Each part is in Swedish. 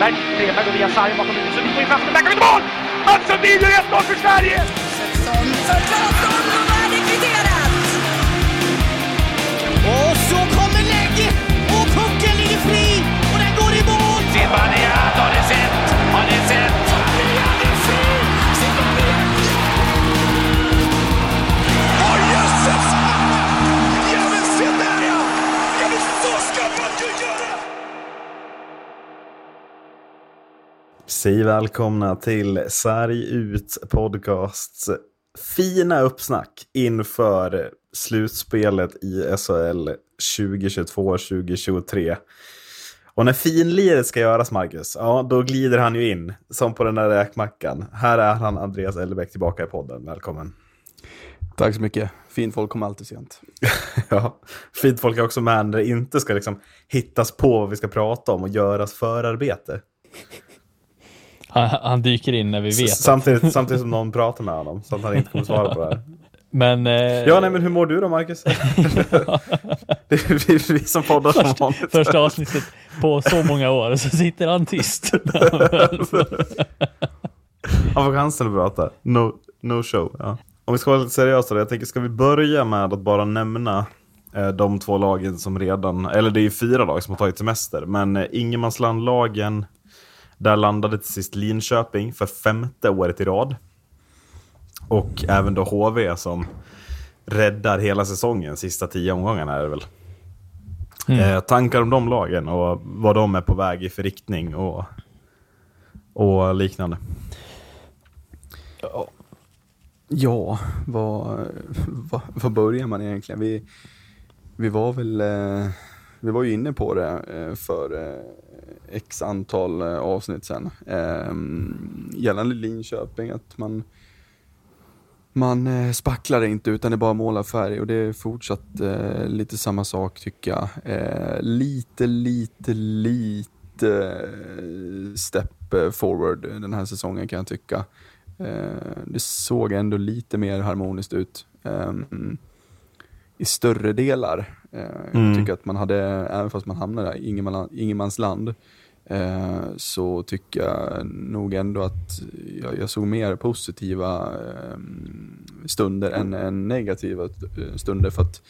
Strandberg. Stenberg går via sargen bakom huvudet. Så vi får in fast med backen i mål! Mats Sundin gör 1-0 för Sverige! För Claesson och är det kvitterat! Och så kommer läge och pucken ligger fri och den går i mål! Zibanejad har det sett! Har det sett! Zibanejad är fri! Zibanejad! Åh jösses! Jag vill se där ja! Jag vill så ska man ju göra! Säg välkomna till Sarg ut podcasts fina uppsnack inför slutspelet i SHL 2022-2023. Och när finliret ska göras, Marcus, ja, då glider han ju in som på den där räkmackan. Här är han, Andreas Ellerbäck, tillbaka i podden. Välkommen. Tack så mycket. Fint folk kommer alltid sent. Ja, fint folk är också med när det inte ska liksom hittas på vad vi ska prata om och göras förarbete. Han dyker in när vi vet. Samtidigt som någon pratar med honom, så att han inte kommer svara på det här. Men, men hur mår du då, Marcus? Det är vi som poddar som vanligt. Första avsnittet på så många år, så sitter han tyst. Han får chansen att prata. No show. Ja. Om vi ska vara lite seriösa, jag tänker, ska vi börja med att bara nämna de två lagen som redan, eller det är ju 4 lag som har tagit semester, men Ingenmansland-lagen, där landade till sist Linköping för 5:e året i rad. Och även då HV som räddar hela säsongen, sista 10 omgångarna är det väl. Tankar om de lagen och vad de är på väg i för riktning och liknande. Ja, vad börjar man egentligen? Vi var ju inne på det för x antal avsnitt sen. Gällande Linköping, att man spacklar inte utan det är bara målarfärg, och det är fortsatt lite samma sak tycker jag. Lite step forward den här säsongen kan jag tycka. Det såg ändå lite mer harmoniskt ut i större delar. Jag tycker att man hade, även fast man hamnade där i Ingenmansland, så tycker jag nog ändå att jag såg mer positiva stunder än negativa stunder, för att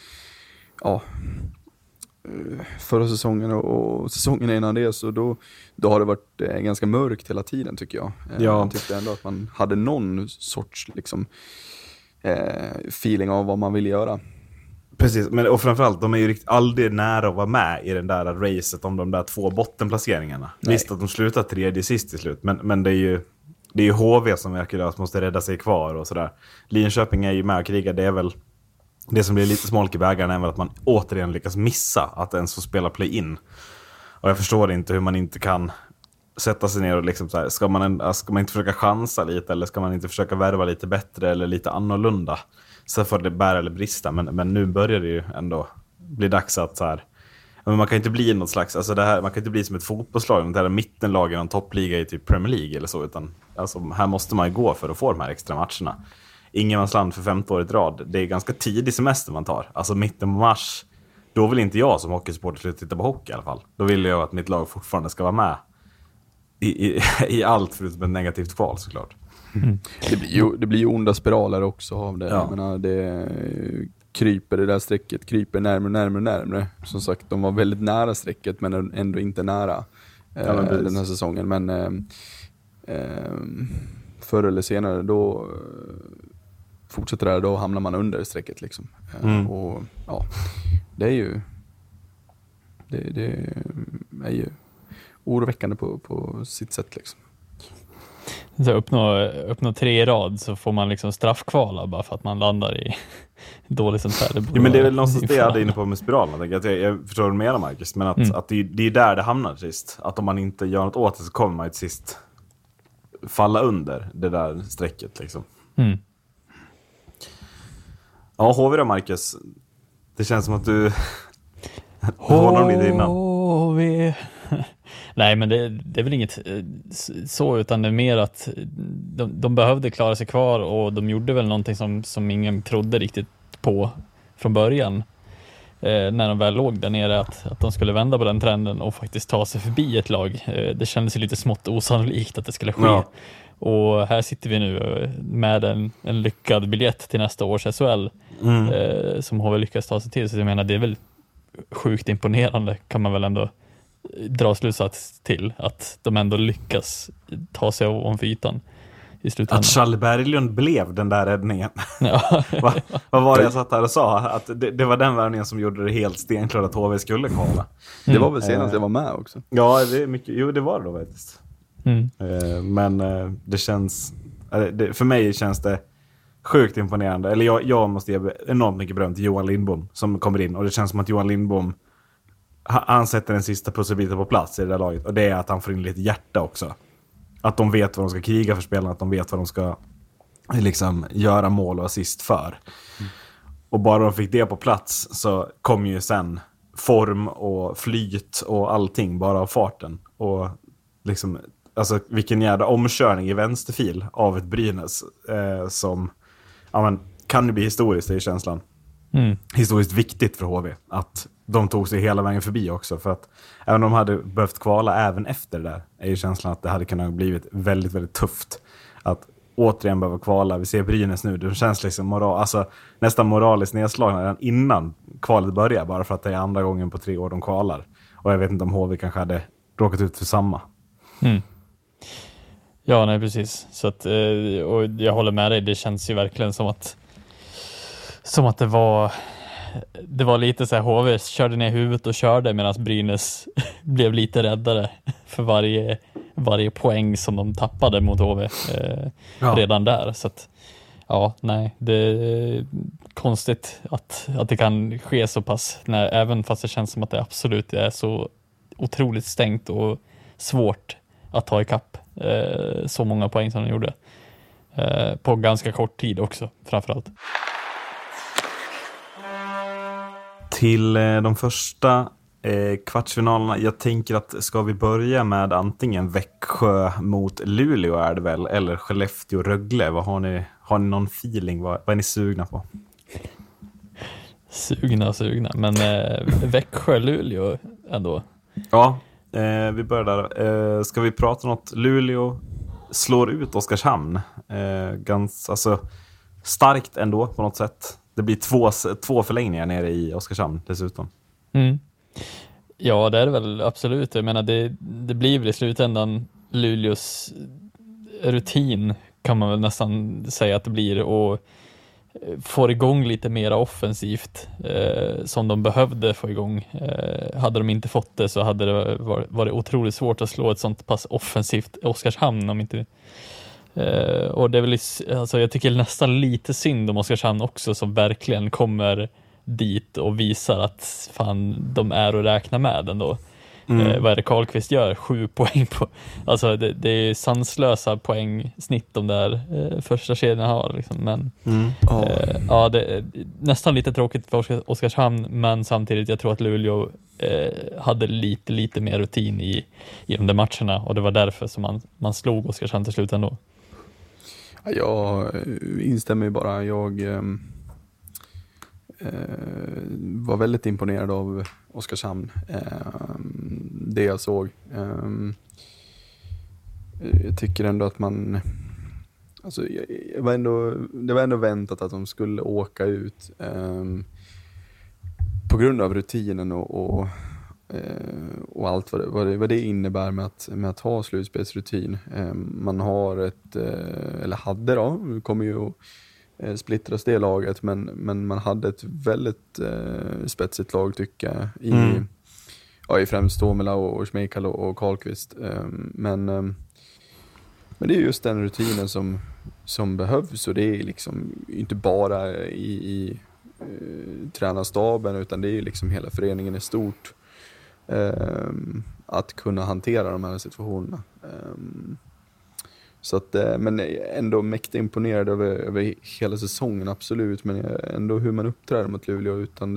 förra säsongen och säsongen innan det, så då har det varit ganska mörkt hela tiden tycker jag. Jag tyckte ändå att man hade någon sorts liksom feeling av vad man ville göra. Precis, och framförallt, de är ju aldrig nära att vara med i den där racet om de där 2 bottenplaceringarna. Nej. Visst att de slutar 3:e sist till slut, men det är ju HV som verkligen måste rädda sig kvar och sådär. Linköping är ju med och krigar, det är väl det som blir lite smolk i bägaren, är väl att man återigen lyckas missa att ens få spela play-in. Och jag förstår inte hur man inte kan sätta sig ner och liksom så här, ska man inte försöka chansa lite, eller ska man inte försöka värva lite bättre eller lite annorlunda? Så får det bära eller brista, men nu börjar det ju ändå bli dags att så här, men man kan inte bli något slags, alltså det här, man kan inte bli som ett fotbollslag, det här mittenlagen, en toppliga i typ Premier League eller så, utan alltså, här måste man ju gå för att få de här extra matcherna. Ingenmansland för 5:e året i rad, det är ganska tidig semester man tar, alltså mitten på mars, då vill inte jag som hockeysupporter sluta titta på hockey i alla fall. Då vill jag att mitt lag fortfarande ska vara med i allt förutom ett negativt kval, såklart. Det blir ju onda spiraler också av det. Ja. Jag menar, det kryper, det där strecket kryper närmare. Som sagt, de var väldigt nära strecket, men ändå inte nära den här säsongen. Men förr eller senare då fortsätter det här, då hamnar man under strecket liksom. Och ja, det är ju oroväckande på sitt sätt liksom. Så uppnå 3 i rad, så får man liksom straffkvala bara för att man landar i dåligt sånt här. Ja, men det är väl någonstans det jag hade inne på med spiralen. Jag förstår vad du menar, Marcus, men att det är där det hamnar sist. Att om man inte gör något åt det, så kommer man till sist falla under det där strecket liksom. Ja, HV då, Marcus? Det känns som att du håller lite innan. HV. Nej, men det är väl inget så, utan det är mer att de behövde klara sig kvar, och de gjorde väl någonting som ingen trodde riktigt på från början. när de väl låg där nere att de skulle vända på den trenden och faktiskt ta sig förbi ett lag. Det kändes ju lite smått osannolikt att det skulle ske. Ja. Och här sitter vi nu med en lyckad biljett till nästa års SHL som HV lyckats ta sig till. Så jag menar, det är väl sjukt imponerande, kan man väl ändå dra slutsats till, att de ändå lyckas ta sig om ytan i slutändan. Att Charlie Berglund blev den där räddningen. Ja. Vad var det jag satt här och sa? Att det var den värvningen som gjorde det helt stenklart att HV skulle kvala. Det var väl senast jag var med också. Ja, det är mycket, jo, det var det då faktiskt. Men det känns, för mig känns det sjukt imponerande. Eller jag måste ge enormt mycket beröm till Johan Lindbom som kommer in. Och det känns som att Johan Lindbom, han sätter den sista pusselbiten på plats i det där laget. Och det är att han får in lite hjärta också. Att de vet vad de ska kriga för spelarna. Att de vet vad de ska liksom göra mål och assist för. Och bara de fick det på plats så kom ju sen form och flyt och allting bara av farten. Och liksom, alltså vilken jävla omkörning i vänsterfil av ett Brynäs som kan ju bli historiskt, det är känslan. Historiskt viktigt för HV att de tog sig hela vägen förbi också, för att även om de hade behövt kvala även efter det där, är ju känslan att det hade kunnat blivit väldigt, väldigt tufft att återigen behöva kvala. Vi ser Brynäs nu, det känns liksom nästan moraliskt nedslagna redan innan kvalet börjar, bara för att det är andra gången på 3 år de kvalar. Och jag vet inte om HV kanske hade råkat ut för samma. Ja, nej, precis. Så att, och jag håller med dig, det känns ju verkligen som att det var lite så här, HV körde ner huvudet och körde medan Brynäs blev lite räddare för varje poäng som de tappade mot HV redan där. Så att, ja, nej, det är konstigt att det kan ske så pass, även fast det känns som att det absolut är så otroligt stängt och svårt att ta ikapp så många poäng som de gjorde på ganska kort tid också, framförallt. Till de första kvartsfinalerna, jag tänker att ska vi börja med antingen Växjö mot Luleå är det väl, eller Skellefteå-Rögle. Vad har ni någon feeling? Vad är ni sugna på? Sugna, men Växjö-Luleå ändå. Ja, vi börjar där. Ska vi prata något? Luleå slår ut Oskarshamn. Ganska starkt ändå på något sätt. Det blir två förlängningar nere i Oskarshamn dessutom. Ja, det är det väl absolut. Jag menar, det blir väl i slutändan Luleås rutin, kan man väl nästan säga att det blir, och får igång lite mer offensivt som de behövde få igång. Hade de inte fått det så hade det varit otroligt svårt att slå ett sånt pass offensivt Oskarshamn om inte. Och det är väl, alltså jag tycker nästan lite synd om Oskarshamn också, som verkligen kommer dit och visar att fan, de är att räkna med ändå. Vad är det Karlqvist gör? 7 poäng på, alltså det är sanslösa poängsnitt de där första kedjan har liksom. Men ja, det är nästan lite tråkigt för Oskarshamn, men samtidigt jag tror att Luleå hade lite mer rutin i de där matcherna, och det var därför som man slog Oskarshamn till slut ändå. Jag instämmer ju bara. Jag var väldigt imponerad av Oskarshamn. Det jag såg. Jag tycker ändå att man... Alltså, det var ändå väntat att de skulle åka ut på grund av rutinen och allt vad det innebär med att ha slutspelsrutin. Man har eller hade då, nu kommer ju att splittras det laget, men man hade ett väldigt spetsigt lag tycker jag, i främst Tomela och Schmeichel och Karlqvist. Men det är just den rutinen som behövs, och det är liksom inte bara i tränarstaben, utan det är liksom hela föreningen i stort. Att kunna hantera de här situationerna. Så att, men ändå mäktigt imponerad över hela säsongen, absolut. Men ändå hur man uppträder mot Luleå, utan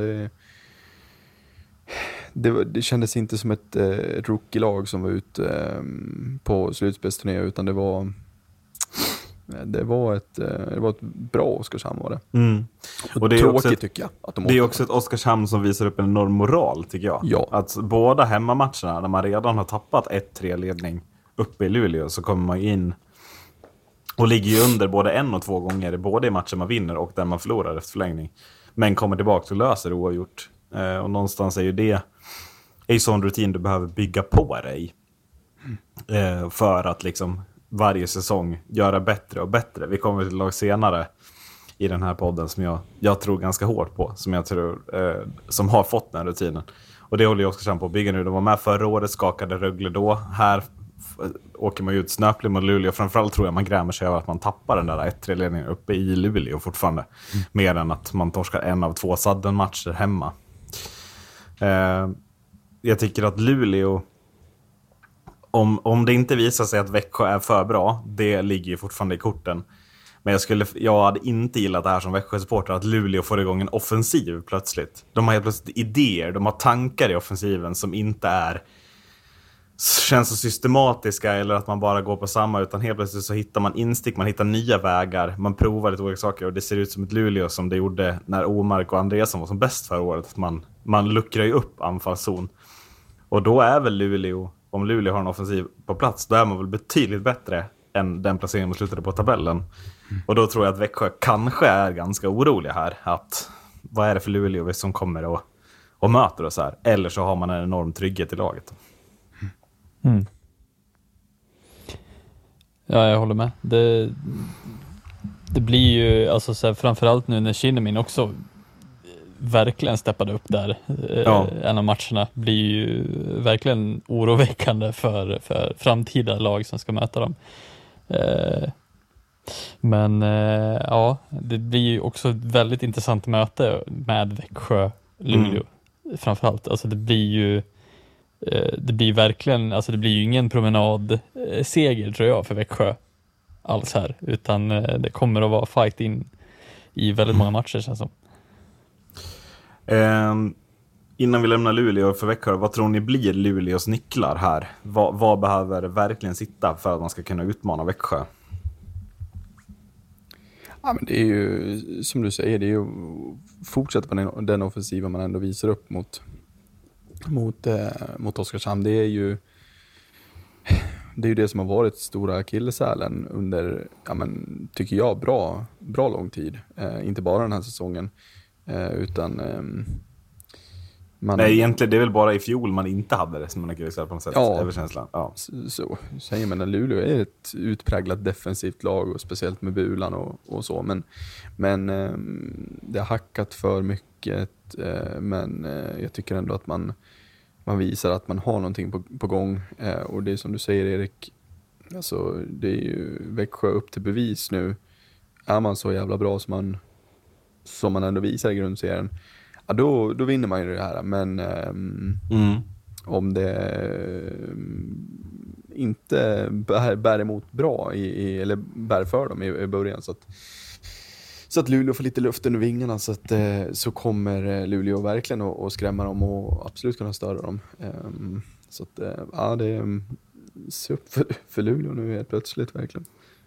det kändes inte som ett rookie-lag som var ute på slutspelsturné, utan det var Det var ett bra Oskarshamn var det. Och det är tråkigt också ett, tycker jag. Att de det är också ett Oskarshamn som visar upp en enorm moral tycker jag. Ja. Att båda hemmamatcherna, när man redan har tappat 1-3-ledning uppe i Luleå, så kommer man in och ligger ju under både 1 och 2 gånger, både i matcher man vinner och där man förlorar efter förlängning. Men kommer tillbaka och löser det oavgjort. Och någonstans är ju det en sån rutin du behöver bygga på dig. För att liksom varje säsong göra bättre och bättre. Vi kommer till lag senare i den här podden som jag tror ganska hårt på. Som jag tror som har fått den rutinen. Och det håller jag också på att bygga nu. De var med förra året, skakade Rögle då. Här åker man ut snöplig mot Luleå. Framförallt tror jag man grämer sig över att man tappar den där 1-3-ledningen uppe i Luleå fortfarande. Mer än att man torskar 1 av 2 Sudden-matcher hemma. Jag tycker att Luleå, om det inte visar sig att Växjö är för bra, det ligger ju fortfarande i korten. Men jag hade inte gillat det här som Växjö-supporter, att Luleå får igång en offensiv plötsligt. De har helt plötsligt idéer, de har tankar i offensiven som inte känns så systematiska, eller att man bara går på samma, utan helt plötsligt så hittar man instick, man hittar nya vägar, man provar lite olika saker, och det ser ut som ett Luleå som det gjorde när Omark och Andreasson var som bäst förra året, att man luckrar ju upp anfallszon. Och då är väl Luleå, om Luleå har en offensiv på plats, då är man väl betydligt bättre än den placeringen man slutade på tabellen. Och då tror jag att Växjö kanske är ganska oroliga här, att vad är det för Luleå som kommer och möter oss här, eller så har man en enorm trygghet i laget. Ja, jag håller med. Det blir ju alltså så här, framförallt nu när Kinnamin också verkligen steppade upp där. En av matcherna blir ju verkligen oroväckande för framtida lag som ska möta dem. Men ja, det blir ju också ett väldigt intressant möte med Växjö-Luleå. Framförallt, alltså det blir verkligen, alltså det blir ju ingen promenadseger tror jag för Växjö alls här, utan det kommer att vara fight in i väldigt många matcher känns som. Innan vi lämnar Luleå för Växjö, vad tror ni blir Luleås nycklar här? Vad behöver verkligen sitta för att man ska kunna utmana Växjö? Ja, men det är ju, som du säger, det är ju fortsätta på den offensiva man ändå visar upp mot Oskarshamn. Det är ju det som har varit stora akilleshälen under, ja, men, tycker jag, bra lång tid. Inte bara den här säsongen, utan nej, egentligen det är väl bara i fjol man inte hade det som man akilleshäl på något sätt. Ja, överkänslan. Ja. Så säger man att Luleå är ett utpräglat defensivt lag, och speciellt med Bulan och så, men det har hackat för mycket, men jag tycker ändå att man visar att man har någonting på gång, och det är som du säger, Erik, alltså det är ju Växjö upp till bevis nu. Är man så jävla bra som man ändå visar i grundserien, ja, då vinner man ju det här, men om det inte bär emot bra eller bär för dem i början, så att Luleå får lite luft under vingarna, så kommer Luleå verkligen att skrämma dem och absolut kunna störa dem. Så att ja, det ser upp för Luleå nu helt plötsligt verkligen.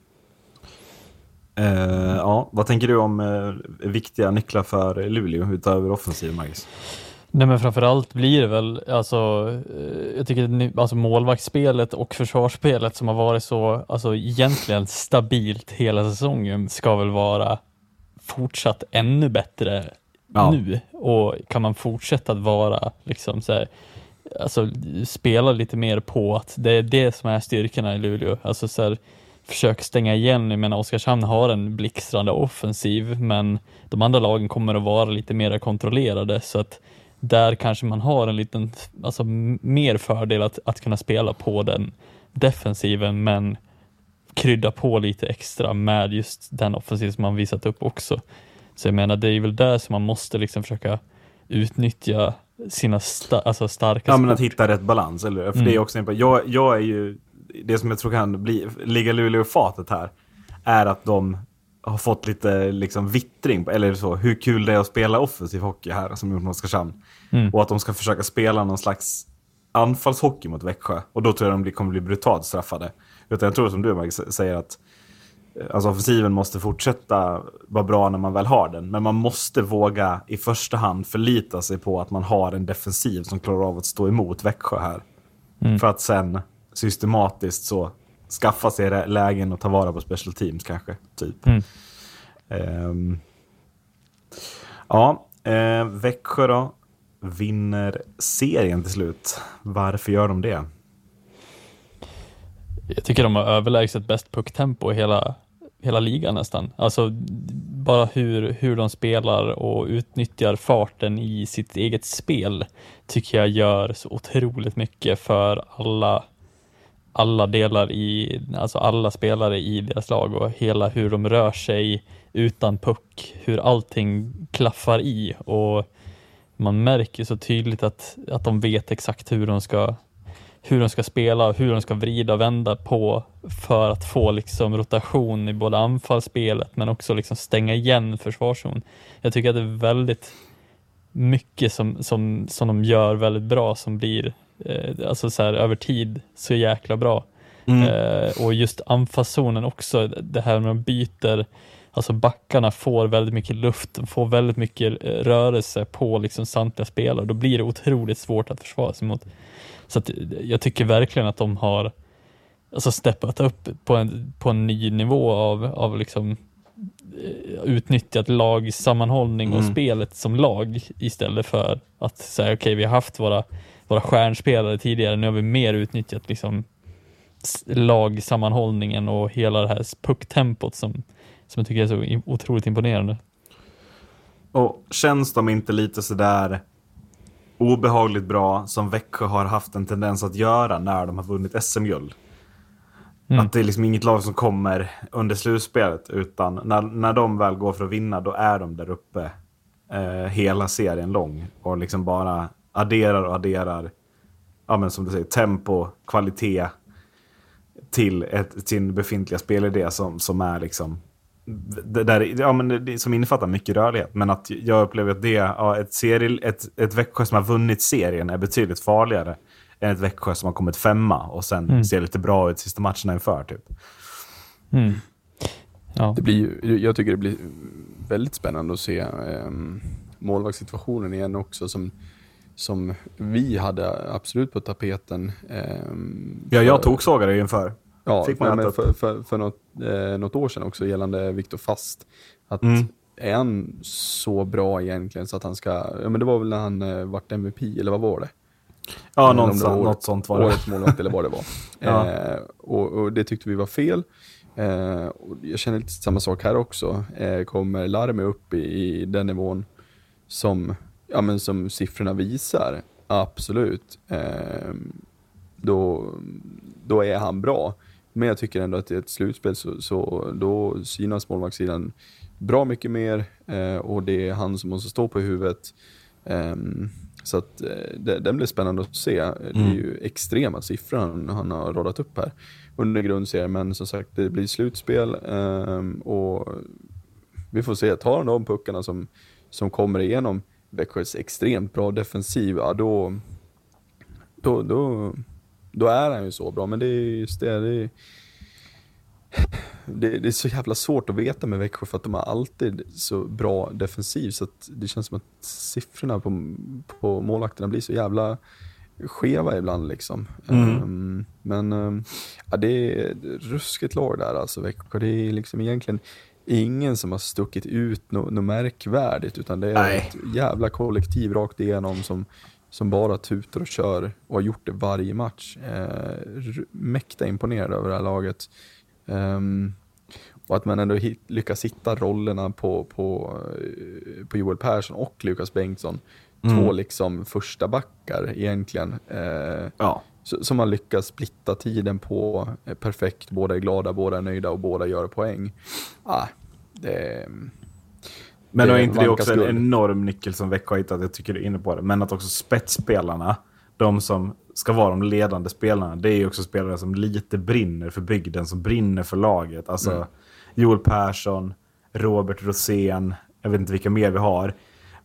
Ja, vad tänker du om viktiga nycklar för Luleå utöver offensiv, Marcus? Nej, men framförallt blir det väl, alltså, jag tycker alltså målvaktsspelet och försvarsspelet som har varit så, alltså egentligen stabilt hela säsongen, ska väl vara fortsatt ännu bättre nu. Och kan man fortsätta att vara liksom så här, alltså spela lite mer på att det är det som är styrkorna i Luleå, alltså så här, försök stänga igen. Jag menar, Oskarshamn har en blixtrande offensiv, men de andra lagen kommer att vara lite mer kontrollerade, så att där kanske man har en liten, alltså mer fördel att kunna spela på den defensiven, men krydda på lite extra med just den offensiv som man visat upp också. Så jag menar, det är väl där som man måste liksom försöka utnyttja sina starka ja, men att hitta rätt balans, eller? För det är också jag är ju, det som jag tror kan ligga Luleå i fatet här, är att de har fått lite liksom vittring, eller så, hur kul det är att spela offensiv hockey här som gjort mot Oskarshamn. Och att de ska försöka spela någon slags anfallshockey mot Växjö, och då tror jag de kommer bli brutalt straffade. Utan jag tror, som du, Marcus, säger, att alltså offensiven måste fortsätta vara bra när man väl har den. Men man måste våga i första hand förlita sig på att man har en defensiv som klarar av att stå emot Växjö här. För att sen systematiskt så skaffa sig lägen och ta vara på special teams kanske, typ. Växjö då vinner serien till slut. Varför gör de det? Jag tycker de har överlägset bäst pucktempo i hela ligan nästan. Alltså bara hur de spelar och utnyttjar farten i sitt eget spel tycker jag gör så otroligt mycket för alla delar alltså alla spelare i deras lag, och hela hur de rör sig utan puck, hur allting klaffar i, och man märker så tydligt att de vet exakt hur de ska spela, hur de ska vrida och vända på för att få liksom rotation i både anfallsspelet men också liksom stänga igen försvarszon. Jag tycker att det är väldigt mycket som de gör väldigt bra, som blir alltså så här, över tid så jäkla bra. Och just anfallszonen också, det här när de byter, alltså backarna får väldigt mycket luft, de får väldigt mycket rörelse på liksom samtliga spelare, då blir det otroligt svårt att försvara sig mot. Så att jag tycker verkligen att de har alltså steppat upp på en ny nivå av liksom utnyttjat lagsammanhållning och spelet som lag, istället för att säga okej, vi har haft våra stjärnspelare tidigare, nu har vi mer utnyttjat liksom lagsammanhållningen och hela det här pucktempot som jag tycker är så otroligt imponerande. Och känns de inte lite sådär obehagligt bra som Växjö har haft en tendens att göra när de har vunnit SM-guld? Att det är liksom inget lag som kommer under slutspelet, utan när de väl går för att vinna, då är de där uppe hela serien lång och liksom bara adderar, ja, men som du säger, tempo, kvalitet till sin befintliga spelidé som är liksom som innefattar mycket rörlighet. Men att jag upplever att ett Växjö som har vunnit serien är betydligt farligare än ett Växjö som har kommit femma och sen ser lite bra ut sista matcherna inför typ. Ja. Jag tycker det blir väldigt spännande att se målvaktssituationen igen också, som vi hade absolut på tapeten. Jag tog sågare inför. Ja, för något år sedan också gällande Viktor Fast. Att är han så bra egentligen så att han ska... Ja, men det var väl när han vart MVP, eller vad var det? Ja, något sånt var det. Årets målvakt eller vad det var. Ja. Och det tyckte vi var fel. Och jag känner lite samma sak här också. Kommer Larme upp i den nivån som siffrorna visar? Absolut. Då är han bra. Men jag tycker ändå att i ett slutspel så då synas målvaktssidan bra mycket mer, och det är han som måste stå på huvudet. Så att den blir spännande att se. Det är ju extrema siffror han har radat upp här under grundserien, men som sagt, det blir slutspel, och vi får se, tar han de puckarna som kommer igenom Växjös extremt bra defensiv, ja, då är han ju så bra. Men det är just det är så jävla svårt att veta med Växjö, för att de har alltid så bra defensiv, så att det känns som att siffrorna på målvakterna blir så jävla skeva ibland liksom. Men det är ruskigt lag där alltså, Växjö. Det är liksom egentligen ingen som har stuckit ut något märkvärdigt, utan det är ett jävla kollektiv rakt igenom som bara tutar och kör och har gjort det varje match. Mäkta imponerad över det här laget. Och att man ändå lyckas hitta rollerna på Joel Persson och Lukas Bengtsson. Två liksom första backar egentligen. Som har lyckats splitta tiden på perfekt. Båda är glada, båda är nöjda och båda gör poäng. Men är inte det också en enorm nyckel som Växjö har hittat? Jag tycker du är inne på det. Men att också spetsspelarna, de som ska vara de ledande spelarna, det är ju också spelare som lite brinner för bygden, som brinner för laget. Alltså Joel Persson, Robert Rosén, jag vet inte vilka mer vi har.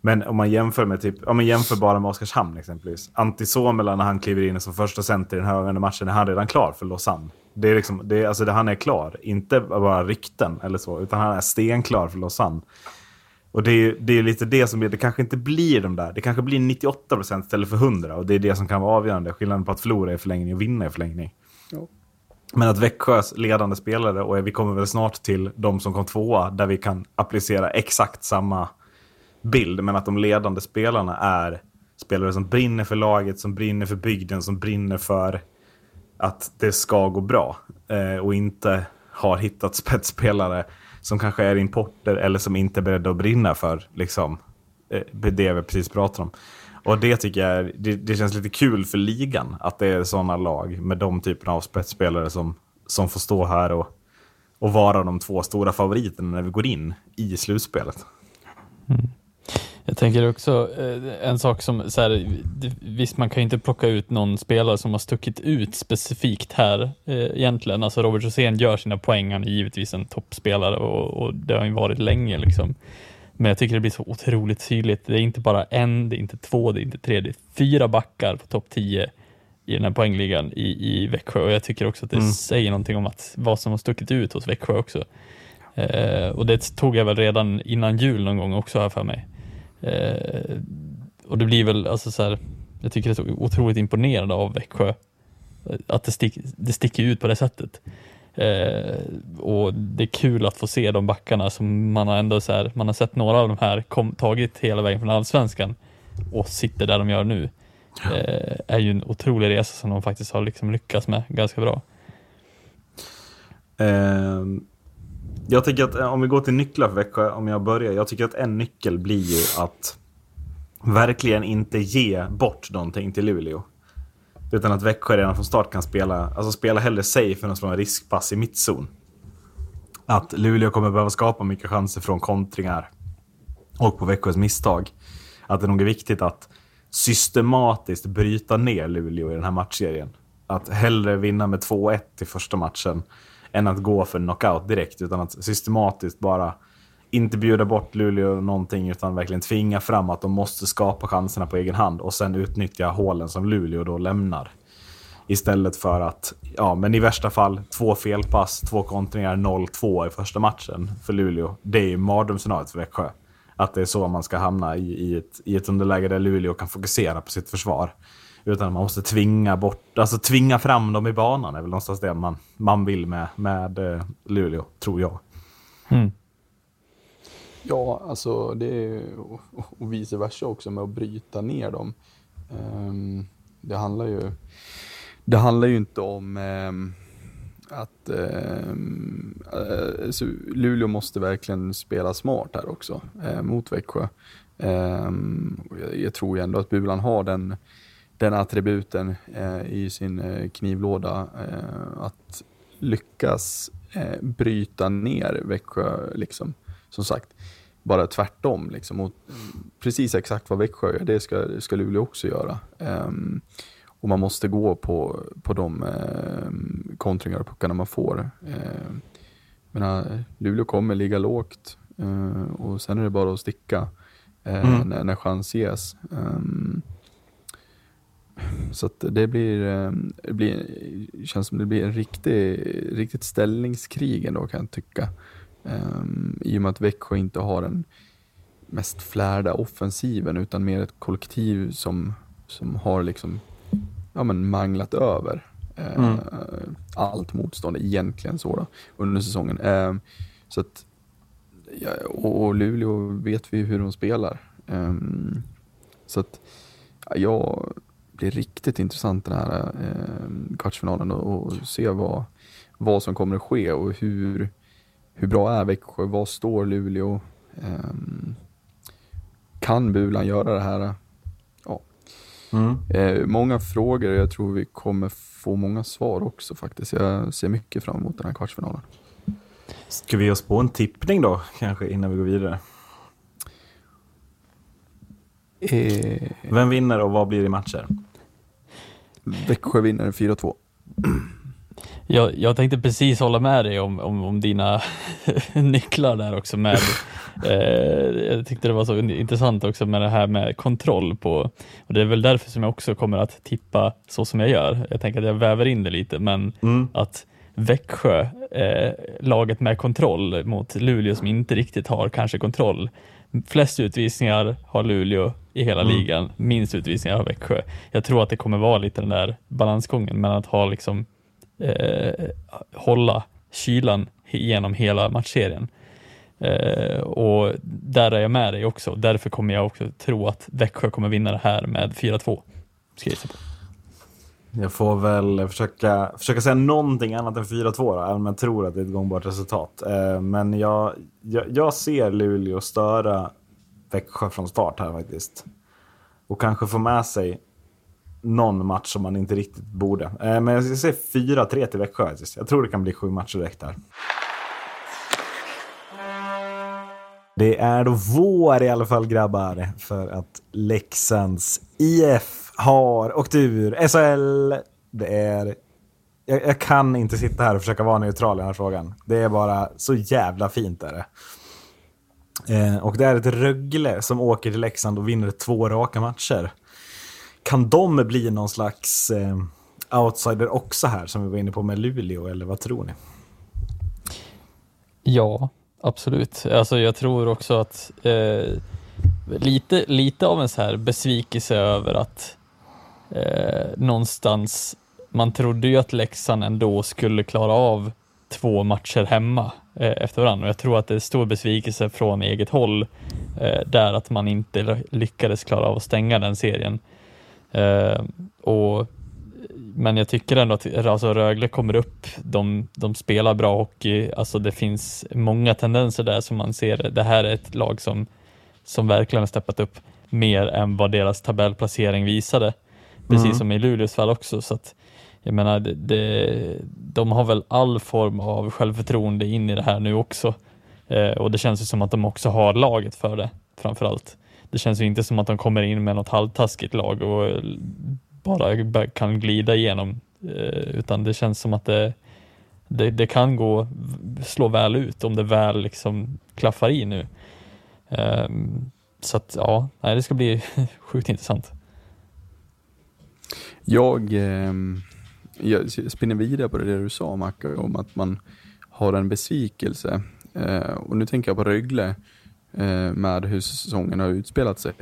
Men om man jämför med jämför bara med Oskarshamn exempelvis. Antti Suomela när han kliver in som första center i den här avgörande matchen är han redan klar för Lausanne. Det är liksom, han är klar. Inte bara rykten eller så, utan han är stenklar för Lausanne. Och det är lite det som det kanske inte blir de där. Det kanske blir 98% istället för 100%. Och det är det som kan vara avgörande. Skillnaden på att förlora i förlängning och vinna i förlängning. Ja. Men att Växjös ledande spelare, och vi kommer väl snart till de som kom tvåa, där vi kan applicera exakt samma bild. Men att de ledande spelarna är spelare som brinner för laget, som brinner för bygden, som brinner för att det ska gå bra. Och inte har hittat spetsspelare som kanske är importer eller som inte är beredda att brinna för liksom, det vi precis pratar om. Och det tycker jag det känns lite kul för ligan att det är sådana lag med de typerna av spetsspelare som får stå här och vara de två stora favoriterna när vi går in i slutspelet. Mm. Jag tänker också en sak som så här, visst man kan ju inte plocka ut någon spelare som har stuckit ut specifikt här egentligen. Alltså Robert Rosén gör sina poäng, han är givetvis en toppspelare och det har ju varit länge liksom. Men jag tycker det blir så otroligt tydligt. Det är inte bara en, det är inte två, det är inte tre, det är 4 backar på topp 10 i den här poängligan i Växjö. Och jag tycker också att det säger någonting om att vad som har stuckit ut hos Växjö också. Och det tog jag väl redan innan jul någon gång också här för mig. Och det blir väl alltså så här, jag tycker det är så otroligt imponerande av Växjö att det sticker ut på det sättet. Och det är kul att få se de backarna som man har ändå så här, man har sett några av de här tagit hela vägen från Allsvenskan och sitter där de gör nu. Är ju en otrolig resa som de faktiskt har liksom lyckats med ganska bra. Jag tycker att om vi går till nycklar för Växjö, om jag börjar, jag tycker att en nyckel blir ju att verkligen inte ge bort någonting till Luleå. Utan att Växjö redan från start kan spela hellre safe än att slå en riskpass i mittzon. Att Luleå kommer behöva skapa mycket chanser från kontringar och på Växjös misstag. Att det nog är viktigt att systematiskt bryta ner Luleå i den här matchserien. Att hellre vinna med 2-1 i första matchen än att gå för knockout direkt, utan att systematiskt bara inte bjuda bort Luleå någonting, utan verkligen tvinga fram att de måste skapa chanserna på egen hand och sen utnyttja hålen som Luleå då lämnar. Istället för att, men i värsta fall 2 felpass, 2 kontringar, 0-2 i första matchen för Luleå. Det är ju mardrömsscenariot för Växjö. Att det är så man ska hamna i ett underläge där Luleå kan fokusera på sitt försvar. Utan man måste tvinga fram dem i banan är väl någonstans det man vill med Luleå, tror jag. Mm. Ja, alltså det är och vice versa också med att bryta ner dem. Det handlar ju inte om att så Luleå måste verkligen spela smart här också mot Växjö. Jag tror ju ändå att Bulan har den attributen i sin knivlåda att lyckas bryta ner Växjö liksom. Som sagt, bara tvärtom liksom, och precis exakt vad Växjö gör, det ska Luleå också göra. Och man måste gå på de kontringar och puckarna man får. Men Luleå kommer ligga lågt och sen är det bara att sticka när chans ges. Så att det känns som det blir en riktigt ställningskrig ändå, kan jag tycka. I och med att Växjö inte har den mest flärda offensiven utan mer ett kollektiv som har liksom manglat över allt motstånd egentligen så då, under säsongen. Så att och Luleå vet vi hur de spelar. Så att jag blir riktigt intressant den här kvartsfinalen och se vad som kommer att ske och hur bra är Växjö, vad står Luleå, kan Bulan göra det här? Ja. Många frågor, jag tror vi kommer få många svar också faktiskt. Jag ser mycket fram emot den här kvartsfinalen. Ska vi ge oss på en tippning då, kanske, innan vi går vidare? Vem vinner och vad blir det i matcher? Växjö vinner 4-2. Jag tänkte precis hålla med dig om dina nycklar där också Jag tyckte det var så intressant också med det här med kontroll på, och det är väl därför som jag också kommer att tippa så som jag gör. Jag tänker att jag väver in det lite, men att Växjö, laget med kontroll mot Luleå som inte riktigt har kanske kontroll. Flest utvisningar har Luleå i hela ligan, minst utvisningar har Växjö. Jag tror att det kommer vara lite den där balansgången, men att ha liksom hålla kylan genom hela matchserien. Och där är jag med dig också. Därför kommer jag också tro att Växjö kommer vinna det här med 4-2. Ska jag på. Jag får väl försöka säga någonting annat än 4-2 då, även om jag tror att det är ett gångbart resultat. Men jag ser Luleå störa Växjö från start här faktiskt. Och kanske få med sig någon match som man inte riktigt borde. Men jag ska säga 4-3 till Växjö faktiskt. Jag tror det kan bli 7 matcher direkt här. Det är då vår i alla fall, grabbar, för att Leksands IF har åkt ur SHL. Det är... Jag kan inte sitta här och försöka vara neutral i den här frågan. Det är bara så jävla fint där. Och det är ett Rögle som åker till Leksand och vinner 2 raka matcher. Kan de bli någon slags outsider också här, som vi var inne på med Luleå, eller vad tror ni? Ja, absolut. Alltså jag tror också att lite av en så här besvikelse över att någonstans man trodde ju att Leksand ändå skulle klara av 2 matcher hemma efter varandra. Och jag tror att det är stor besvikelse från eget håll där att man inte lyckades klara av att stänga den serien. Men jag tycker ändå att alltså, Rögle kommer upp, de spelar bra hockey, alltså det finns många tendenser där som man ser. Det här är ett lag som verkligen har steppat upp mer än vad deras tabellplacering visade, precis som i Luleås fall också. Så att jag menar, de har väl all form av självförtroende in i det här nu också, och det känns ju som att de också har laget för det, framförallt. Det känns ju inte som att de kommer in med något halvtaskigt lag och bara kan glida igenom, utan det känns som att det kan slå väl ut om det väl liksom klaffar i nu. Så att ja, det ska bli sjukt intressant. Jag spinner vidare på det du sa, Macka, om att man har en besvikelse. Och nu tänker jag på Rögle med hur säsongen har utspelat sig.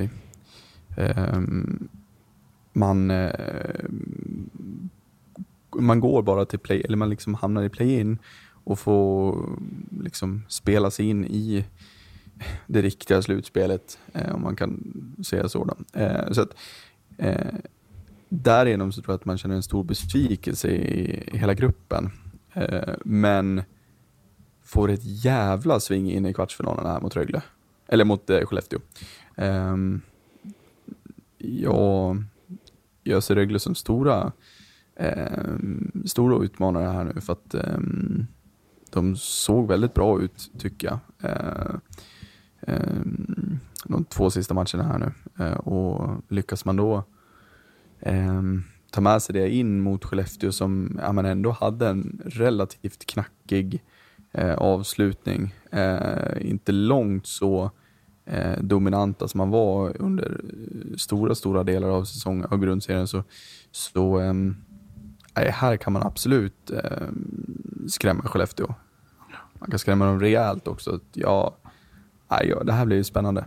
Man går bara till play, eller man liksom hamnar i play-in och får liksom spela sig in i det riktiga slutspelet, om man kan säga så. Så att därigenom så tror jag att man känner en stor besvikelse i hela gruppen, men får ett jävla sving in i kvartsfinalen här mot Rögle, eller mot Skellefteå. Jag ser Rögle som stora utmanare här nu, för att de såg väldigt bra ut, tycker jag, de 2 sista matcherna här nu, och lyckas man då ta med sig det in mot Skellefteå, som man ändå hade en relativt knackig avslutning, inte långt så dominanta som man var under stora delar av säsongen och grundserien, så här kan man absolut skrämma Skellefteå. Man kan skrämma dem rejält också. Ja, det här blir ju spännande.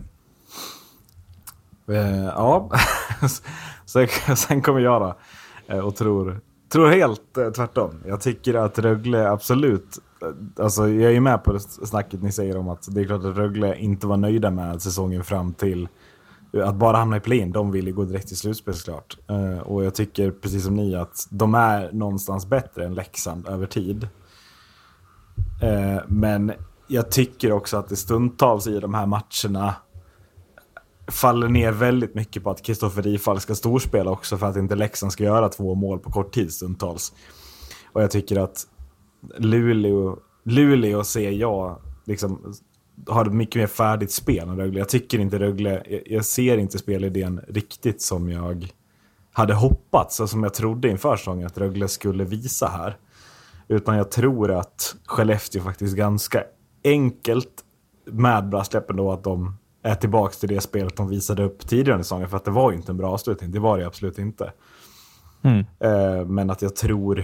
Ja, sen kommer jag då och tror helt tvärtom. Jag tycker att Rögle absolut, alltså jag är med på det snacket ni säger om att det är klart att Rögle inte var nöjda med säsongen fram till att bara hamna i play-in. De vill ju gå direkt till slutspel, såklart. Och jag tycker precis som ni att de är någonstans bättre än Leksand över tid. Men jag tycker också att det stundtals i de här matcherna faller ner väldigt mycket på att Kristoffer Rifall ska storspela också, för att inte Leksand ska göra 2 mål på kort tid stundtals. Och jag tycker att Luleå ser jag liksom har ett mycket mer färdigt spel än Rögle. Jag tycker inte Rögle, jag ser inte spelidén riktigt som jag hade hoppats och som jag trodde inför säsongen att Rögle skulle visa här. Utan jag tror att Skellefteå faktiskt ganska enkelt med brasklappen då att de är tillbaka till det spelet de visade upp tidigare i säsongen, för att det var ju inte en bra avslutning, det var det absolut inte. Men att jag tror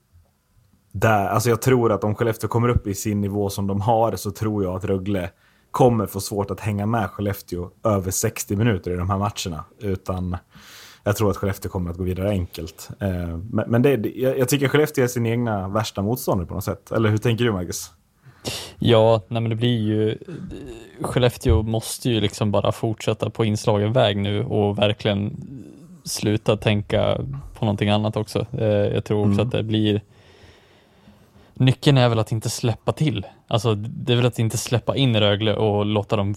jag tror att om Skellefteå kommer upp i sin nivå som de har, så tror jag att Rögle kommer få svårt att hänga med Skellefteå över 60 minuter i de här matcherna, utan jag tror att Skellefteå kommer att gå vidare enkelt. Men jag tycker Skellefteå är sin egna värsta motståndare på något sätt. Eller hur tänker du, Marcus? Ja, nej, men det blir ju... Skellefteå måste ju liksom bara fortsätta på inslagen väg nu och verkligen sluta tänka på någonting annat också. Jag tror också att det blir... Nyckeln är väl att inte släppa till. Alltså det är väl att inte släppa in Rögle och låta dem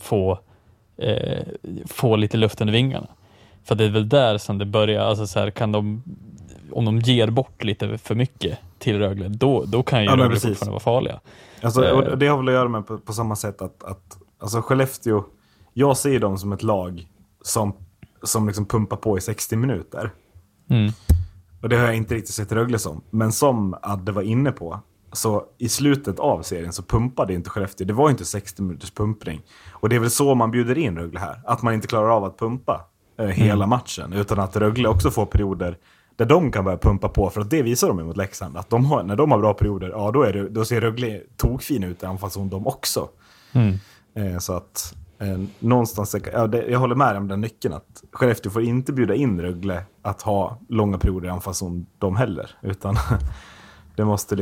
få lite luft under vingarna. För det är väl där som det börjar, alltså så här, om de ger bort lite för mycket till Rögle, då kan ju Rögle fortfarande vara farliga. Alltså, och det har väl att göra med på samma sätt att alltså Skellefteå, jag ser dem som ett lag som liksom pumpar på i 60 minuter. Och det har jag inte riktigt sett Rögle som. Men som Adde var inne på, så i slutet av serien så pumpade inte Skellefteå. Det var inte 60 minuters pumpning. Och det är väl så man bjuder in Rögle här. Att man inte klarar av att pumpa hela matchen. Utan att Rögle också får perioder där de kan börja pumpa på. För att det visar de mot Leksand. Att när de har bra perioder, ja då ser Rögle tokfin ut i anfallszon de också. Så att någonstans, jag håller med om den nyckeln. Att Skellefteå får inte bjuda in Rögle att ha långa perioder i anfallszon de heller. Utan det måste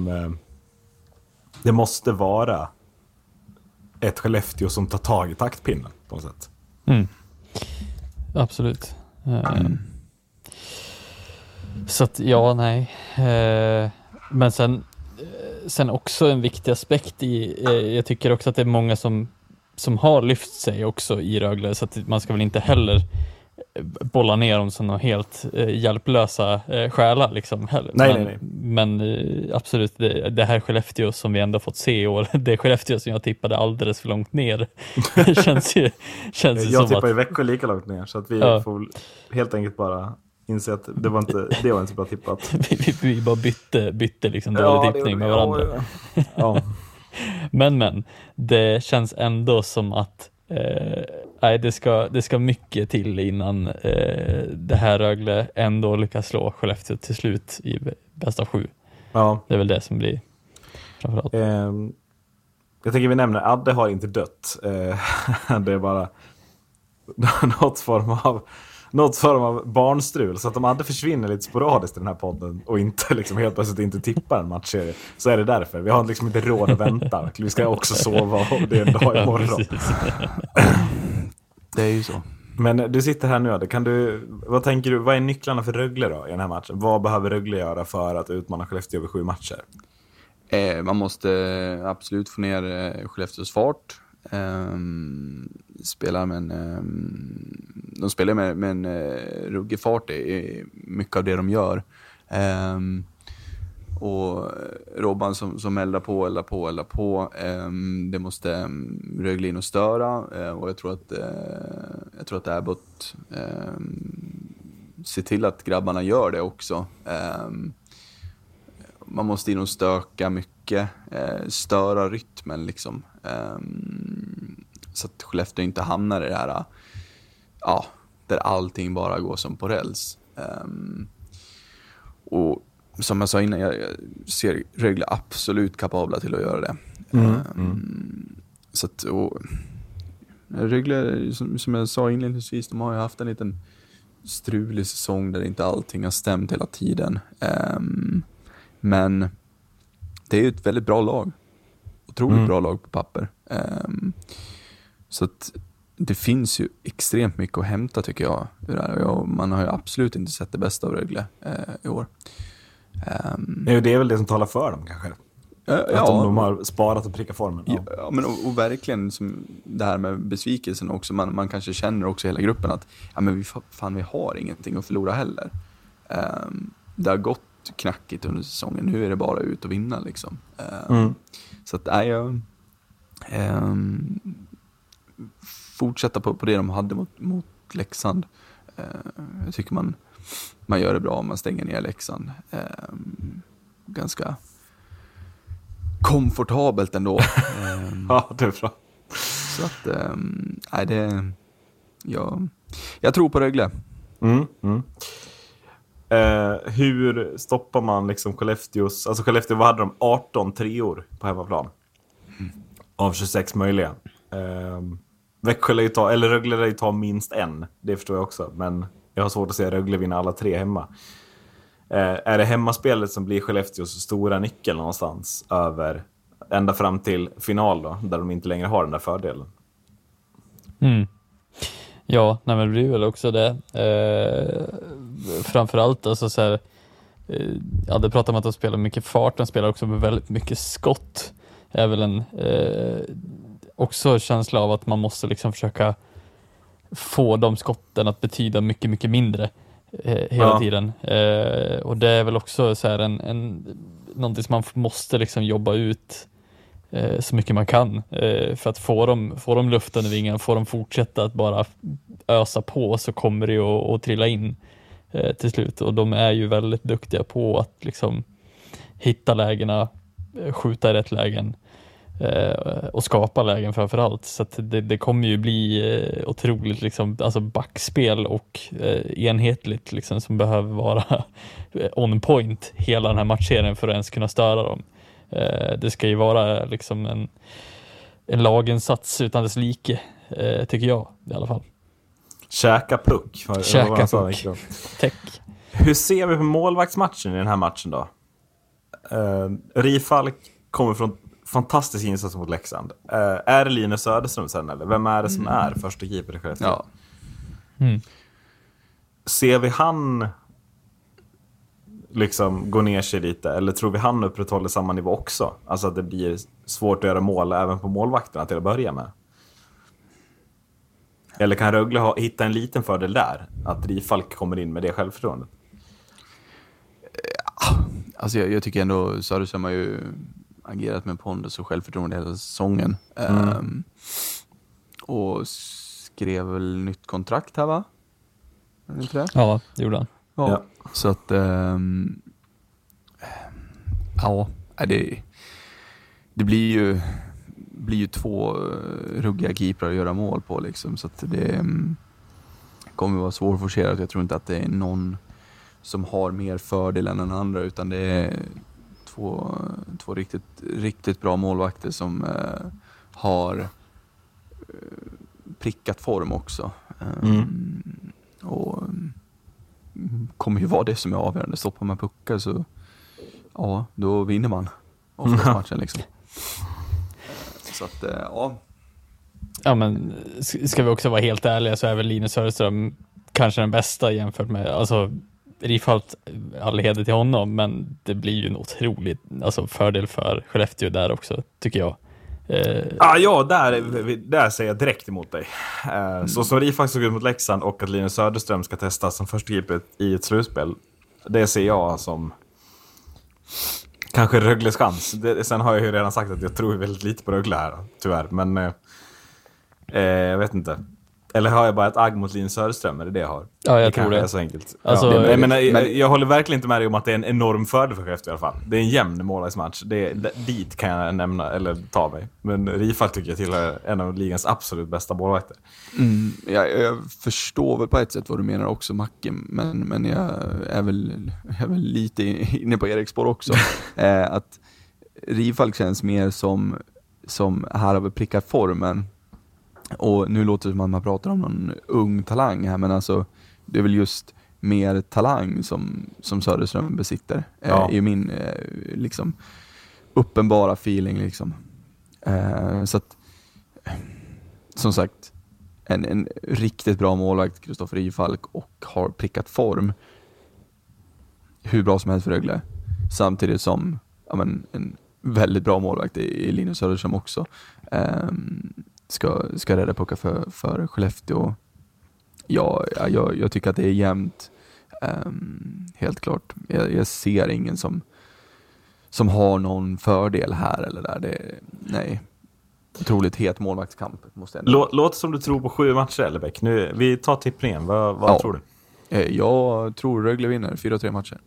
det måste vara ett Skellefteå som tar tag i taktpinnen på något sätt. Absolut. Så att nej. Men sen också en viktig aspekt jag tycker också att det är många som har lyft sig också i Rögle, så att man ska väl inte heller bolla ner dem som några helt hjälplösa själar liksom heller. Nej. Men absolut, det här Skellefteå som vi ändå fått se i år, det Skellefteå som jag tippade alldeles för långt ner. känns ju jag tippar i veckor lika långt ner, så att vi får helt enkelt bara inse att det var inte så bra tippat. vi bara bytte liksom dålig tippning med varandra. Ja. Men det känns ändå som att det ska mycket till innan det här Rögle ändå lyckas slå Skellefteå till slut i bästa 7. Ja. Det är väl det som blir framförallt. Jag tänker vi nämner Adde har inte dött. Det är bara något form av barnstrul. Så att om Adde försvinner lite sporadiskt i den här podden och inte liksom helt plötsligt inte tippar en matchserie, så är det därför. Vi har liksom inte råd att vänta. Vi ska också sova och det är en dag imorgon. Det är ju så. Men du sitter här nu, Adde. Vad tänker du, vad är nycklarna för Rögle då i den här matchen? Vad behöver Rögle göra för att utmana Skellefteå över 7 matcher? Man måste absolut få ner Skellefteås fart. De spelar med en ruggig fart i mycket av det de gör. Och Robban som eldar på. Det måste Rögle in och störa. Och jag tror att Abbott ser till att grabbarna gör det också. Man måste in och stöka mycket, störa rytmen liksom. Så att Skellefteå inte hamnar i det här, där allting bara går som på räls. Och som jag sa innan, jag ser Rögle absolut kapabla till att göra det. Så att, Rögle, som jag sa inledningsvis, de har ju haft en liten strulig säsong där inte allting har stämt hela tiden. Men det är ju ett väldigt bra lag. Otroligt bra lag på papper. Så att det finns ju extremt mycket att hämta, tycker jag. Man har ju absolut inte sett det bästa av Rögle i år. Det är väl det som talar för dem kanske. Att de har sparat och prickat formen. Ja, men och verkligen som det här med besvikelsen också. Man kanske känner också hela gruppen att vi har ingenting att förlora heller. Det har gått knackigt under säsongen. Nu är det bara ut och vinna liksom. Så att fortsätta på det de hade mot Leksand. Jag tycker man gör det bra om man stänger ner Leksand. Ganska komfortabelt ändå. Ja, det är bra. Så att, jag tror på Rögle. Hur stoppar man liksom Skellefteås... Alltså Skellefteå, vad hade de? 18 treor på hemmaplan. Av 26 möjliga. Växjö lär ju ta, eller Rögle lär ju ta minst en. Det förstår jag också. Men jag har svårt att se Rögle vinna alla 3 hemma. Är det hemmaspelet som blir Skellefteås stora nyckel någonstans över ända fram till final då, där de inte längre har den där fördelen? Ja, nej, men det blir väl också det. Framförallt alltså så här, det pratar om att de spelar mycket fart, de spelar också med väldigt mycket skott. Är väl en också känsla av att man måste liksom försöka få de skotten att betyda mycket, mycket mindre hela tiden. Och det är väl också så här någonting som man måste liksom jobba ut så mycket man kan för att få dem luften i vingarna, få dem fortsätta att bara ösa på, så kommer det ju att trilla in till slut. Och de är ju väldigt duktiga på att liksom hitta lägena, skjuta i rätt lägen och skapa lägen framförallt. Så att det kommer ju bli otroligt liksom, alltså backspel och enhetligt liksom, som behöver vara on point hela den här matchserien för att ens kunna störa dem. Det ska ju vara liksom en laginsats utan dess like, tycker jag i alla fall. Käka puck. Käka puck. Tack. Hur ser vi på målvaktsmatchen i den här matchen då? Rifalk kommer från fantastisk insats mot Leksand. Är det Linus Söderström sen, eller? Vem är det som är första keeper i Skellefteå? Ja. Ser vi han liksom gå ner sig lite, eller tror vi han upprätthåller samma nivå också? Alltså att det blir svårt att göra mål även på målvakterna till att börja med. Eller kan Rögle hitta en liten fördel där? Att Rifalk kommer in med det självförtroendet? Alltså jag tycker ändå Söderström har ju agerat med pondus och självförtroende hela säsongen. Och skrev väl nytt kontrakt här, va? Är det inte det? Ja, det gjorde han. Ja. Så att det blir ju 2 ruggiga keeprar att göra mål på liksom, så att det kommer vara svårforcerat. Jag tror inte att det är någon som har mer fördel än den andra, utan det är två riktigt bra målvakter som har prickat form också. Och kommer ju vara det som är avgörande. Stoppar man puckar så då vinner man oftast matchen liksom. Så att Ja, men ska vi också vara helt ärliga så är väl Linus Söderström kanske den bästa jämfört med, alltså Rifalk, all heder till honom, men det blir ju en otrolig fördel för Skellefteå där också, tycker jag. Där säger jag direkt emot dig. Så som Rifalk såg ut mot Leksand och att Linus Söderström ska testas som första keeper i ett slutspel, det ser jag som kanske Rögles chans. Sen har jag ju redan sagt att jag tror väldigt lite på Rögle här, tyvärr. Men jag vet inte. Eller har jag bara ett agg mot Linus Söderström? Är det jag har? Ja, jag tror det. Det är så enkelt. Alltså, jag håller verkligen inte med dig om att det är en enorm fördel för Skellefteå i alla fall. Det är en jämn målvaktsmatch. Dit kan jag nämna, eller ta mig. Men Rifalk tycker jag tillhör en av ligans absolut bästa målvakter. Jag förstår väl på ett sätt vad du menar också, Macke. Men jag är väl lite inne på Eriks spår också. Att Rifalk känns mer som här har vi prickat formen. Och nu låter det som att man pratar om någon ung talang här, men alltså det är väl just mer talang som Söderström besitter. Är ju min liksom uppenbara feeling liksom. Så att som sagt en riktigt bra målvakt, Kristoffer Rifalk, och har prickat form hur bra som helst för Rögle, samtidigt som en väldigt bra målvakt i Linus Söderström också. Ska rädda puckar för Skellefteå. Jag tycker att det är jämnt. Helt klart. Jag ser ingen som har någon fördel här eller där. Nej. Otroligt het målvaktskamp. Låt som du tror på 7 matcher, eller Bäck. Nu, vi tar tippningen. Vad tror du? Jag tror Rögle vinner 4-3 matcher.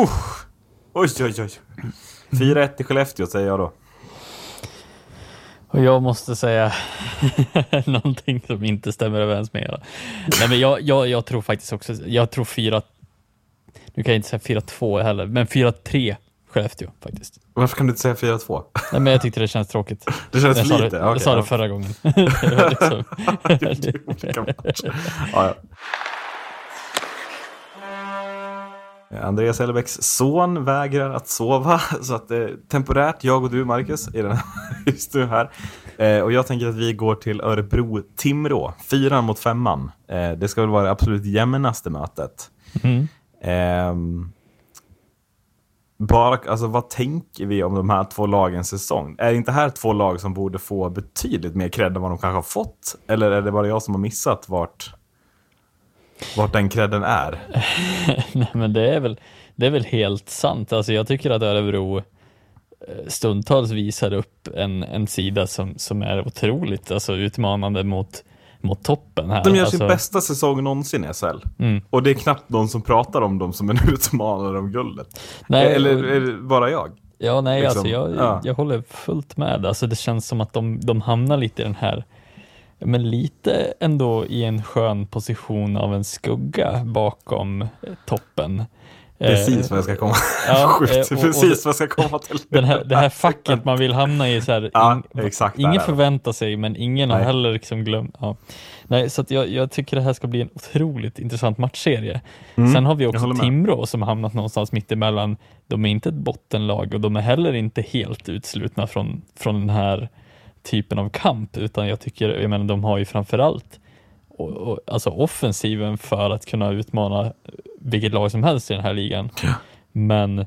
Oj. 4-1 i Skellefteå säger jag då. Och jag måste säga någonting som inte stämmer överens med er. Nej, men jag tror faktiskt också, jag tror 4, nu kan jag inte säga 4-2 heller, men 4-3 Skellefteå faktiskt. Varför kan du inte säga 4-2? Nej, men jag tyckte det känns tråkigt. Det känns lite. Jag sa det förra gången. Det var liksom... Ja. Andreas Hellebäcks son vägrar att sova, så att temporärt, jag och du Marcus är den just nu här. Och jag tänker att vi går till Örebro-Timrå, 4-5. Det ska väl vara det absolut jämnaste mötet. Bara, alltså, vad tänker vi om de här två lagens säsong? Är inte här två lag som borde få betydligt mer cred än vad de kanske har fått? Eller är det bara jag som har missat vart den credden är? Nej, men det är väl helt sant. Alltså, jag tycker att Örebro stundtals visar upp en sida som är otroligt, alltså, utmanande mot toppen här. De gör sin bästa säsong någonsin i SHL. Och det är knappt någon som pratar om dem som en utmanare om guldet. Nej, eller är det bara jag? Ja, nej, liksom. Alltså jag håller fullt med. Alltså, det känns som att de hamnar lite i den här, men lite ändå i en skön position av en skugga bakom toppen. Precis vad jag ska komma. Ja, precis vad jag ska komma till. Det här facket man vill hamna i, så här, exakt, ingen förväntar sig, men ingen har heller liksom glömt. Ja. Nej, så att jag tycker det här ska bli en otroligt intressant matchserie. Sen har vi också Timrå som har hamnat någonstans mitt emellan. De är inte ett bottenlag och de är heller inte helt utslutna från den här typen av kamp, utan jag menar, de har ju framförallt alltså offensiven för att kunna utmana vilket lag som helst i den här ligan. Ja. Men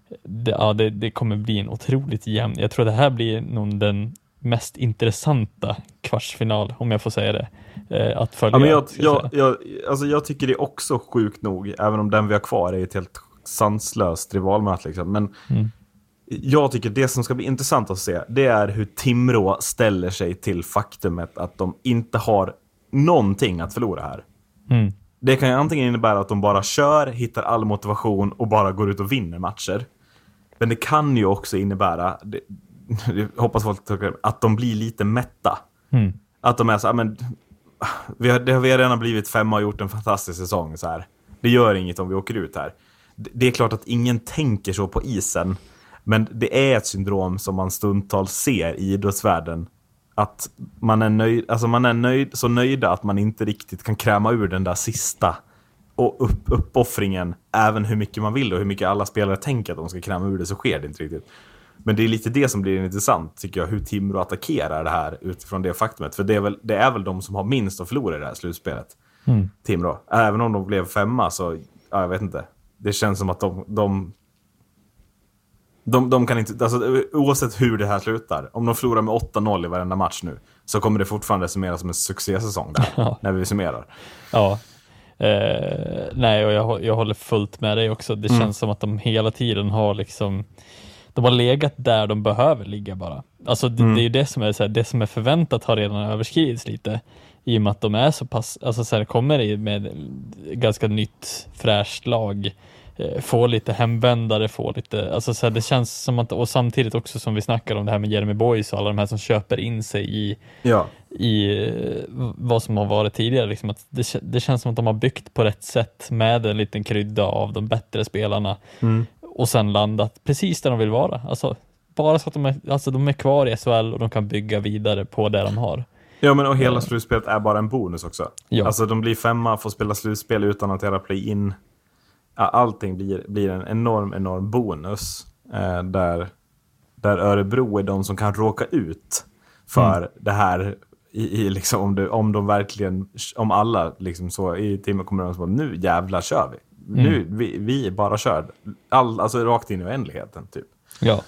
det kommer bli en otroligt jämn. Jag tror det här blir nog den mest intressanta kvartsfinal, om jag får säga det, att följa. Ja, men jag tycker det är också sjukt nog, även om den vi har kvar är ett helt sanslöst rivalmöte liksom. Men jag tycker det som ska bli intressant att se, det är hur Timrå ställer sig till faktumet att de inte har någonting att förlora här. Det kan ju antingen innebära att de bara kör, hittar all motivation och bara går ut och vinner matcher. Men det kan ju också innebära, jag hoppas folk tycker, att de blir lite mätta. Att de är så här, men vi har redan blivit 5 och gjort en fantastisk säsong så här. Det gör inget om vi åker ut här. Det är klart att ingen tänker så på isen, men det är ett syndrom som man stundtals ser i idrottsvärlden. Att man är nöjd, så nöjda att man inte riktigt kan kräma ur den där sista och uppoffringen, även hur mycket man vill och hur mycket alla spelare tänker att de ska kräma ur det, så sker det inte riktigt. Men det är lite det som blir intressant, tycker jag, hur Timrå attackerar det här utifrån det faktumet. För det är väl de som har minst att förlora i det här slutspelet. Timrå. Även om de blev 5, så jag vet inte. Det känns som att de kan inte, alltså, oavsett hur det här slutar, om de förlorar med 8-0 i varenda match nu, så kommer det fortfarande summeras som en succésäsong där, när vi summerar. Ja. Nej, och jag håller fullt med dig också. Det känns som att de hela tiden har liksom, de har legat där de behöver ligga bara. Alltså det är ju det som är så här, det som är förväntat har redan överskridits lite, i och med att de är så pass, alltså så här, kommer med ganska nytt fräscht lag, få lite hemvändare, få lite, alltså så här, det känns som att, och samtidigt också som vi snackar om det här med Jeremy Boys och alla de här som köper in sig i vad som har varit tidigare liksom, att det känns som att de har byggt på rätt sätt med en liten krydda av de bättre spelarna och sen landat precis där de vill vara, alltså bara så att de är kvar i SHL och de kan bygga vidare på det de har. Ja, men och hela slutspelet är bara en bonus också. Ja. Alltså de blir 5, får spela slutspel utan att göra play-in. Allting blir en enorm bonus, där Örebro är de som kan råka ut för det här i liksom, om de verkligen, om alla liksom så i Timrå kommer som nu jävlar kör vi. Nu vi bara kör alltså rakt in i oändligheten typ. Ja.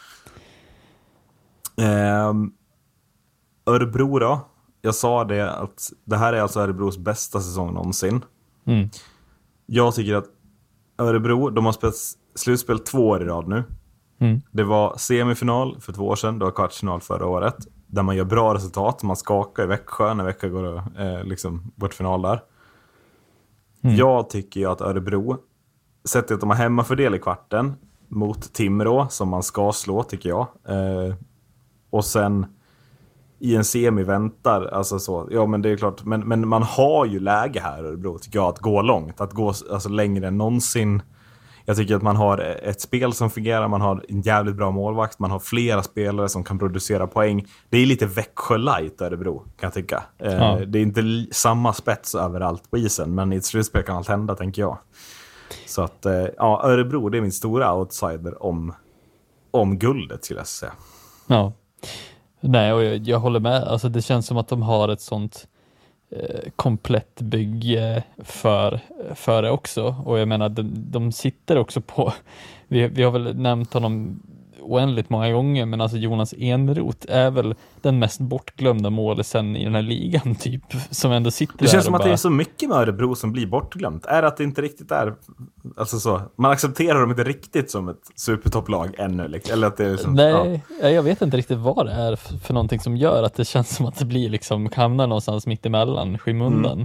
Örebro då, jag sa det att det här är alltså Örebros bästa säsong någonsin. Jag tycker att Örebro, de har spelat slutspel 2 år i rad nu. Det var semifinal för 2 år sedan, det var kvartsfinal förra året, där man gör bra resultat, man skakar i Växjö när Växjö går liksom bort final där. Jag tycker ju att Örebro, sett att de har hemmafördel i kvarten mot Timrå, som man ska slå tycker jag, och sen i en semi väntar, alltså så, ja men det är klart, men man har ju läge här Örebro, tycker jag, att gå långt, att gå alltså längre än någonsin. Jag tycker att man har ett spel som fungerar, man har en jävligt bra målvakt, man har flera spelare som kan producera poäng. Det är lite Växjö light Örebro, kan jag tycka. Det är inte samma spets överallt på isen, men i ett slutspel kan allt hända, tänker jag. Så att, ja, Örebro, det är min stora outsider om guldet, skulle jag säga. Ja. Nej, och jag håller med. Alltså det känns som att de har ett sånt komplett bygge för det också. Och jag menar, de sitter också på, vi har väl nämnt honom oändligt många gånger, men alltså Jonas Enroth är väl den mest bortglömda målisen i den här ligan typ, som ändå sitter där. Det känns som att bara... det är så mycket med Örebro som blir bortglömt. Är det att det inte riktigt är, alltså så, man accepterar dem inte riktigt som ett supertopplag ännu, liksom. Eller att det är liksom, Nej, jag vet inte riktigt vad det är för någonting som gör att det känns som att det blir liksom, hamnar någonstans mitt emellan, skymundan.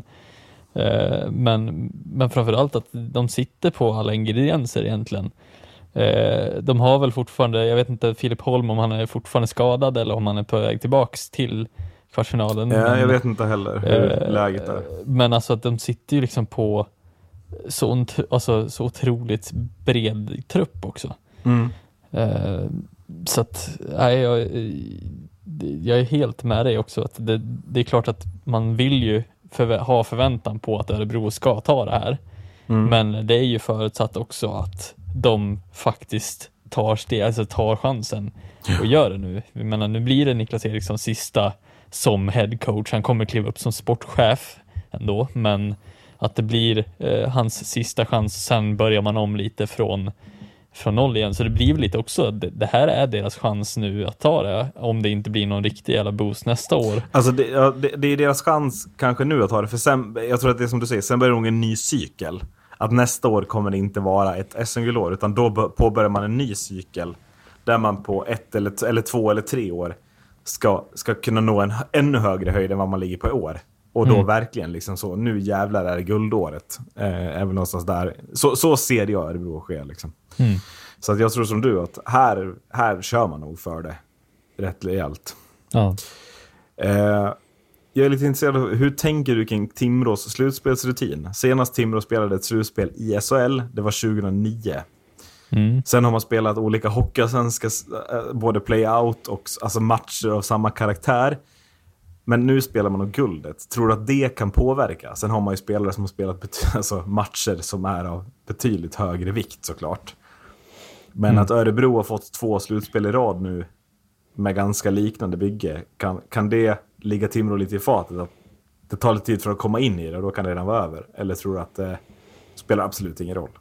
Men framförallt att de sitter på alla ingredienser egentligen. De har väl fortfarande, jag vet inte Filip Holm om han är fortfarande skadad eller om han är på väg tillbaks till kvartsfinalen. Ja, jag vet inte heller hur läget är. Men alltså att de sitter ju liksom på så otroligt bred trupp också. Så att jag är helt med dig också, att det är klart att man vill ju ha förväntan på att Örebro ska ta det här. Men det är ju förutsatt också att de faktiskt tar chansen och gör det nu. Jag menar, nu blir det Niklas Eriksson sista som headcoach. Han kommer kliva upp som sportchef ändå, men att det blir hans sista chans. Sen börjar man om lite från noll igen. Så det blir väl lite också, det här är deras chans nu att ta det, om det inte blir någon riktig jävla boost nästa år. Alltså det är deras chans kanske nu att ta det, för sen, jag tror att det är som du säger, sen börjar det en ny cykel. Att nästa år kommer det inte vara ett SM-guld-år, utan då påbörjar man en ny cykel där man på 1 eller 2 eller 3 år ska kunna nå en ännu högre höjd än vad man ligger på i år. Och då verkligen liksom så, nu jävlar är det guldåret. Även någonstans där. Så ser jag Örebro ske liksom. Så att jag tror som du att här kör man nog för det rätt rejält. Ja. Jag är lite intresserad av, hur tänker du kring Timrås slutspelsrutin? Senast Timrå spelade ett slutspel i SHL, det var 2009. Sen har man spelat olika hockeyallsvenska, både play-out och alltså matcher av samma karaktär. Men nu spelar man om guldet. Tror du att det kan påverka? Sen har man ju spelare som har spelat alltså matcher som är av betydligt högre vikt såklart. Men att Örebro har fått 2 slutspel i rad nu med ganska liknande bygge, kan det ligga Timrå lite i fatet? Att det tar lite tid för att komma in i det och då kan det redan vara över? Eller tror du att det spelar absolut ingen roll?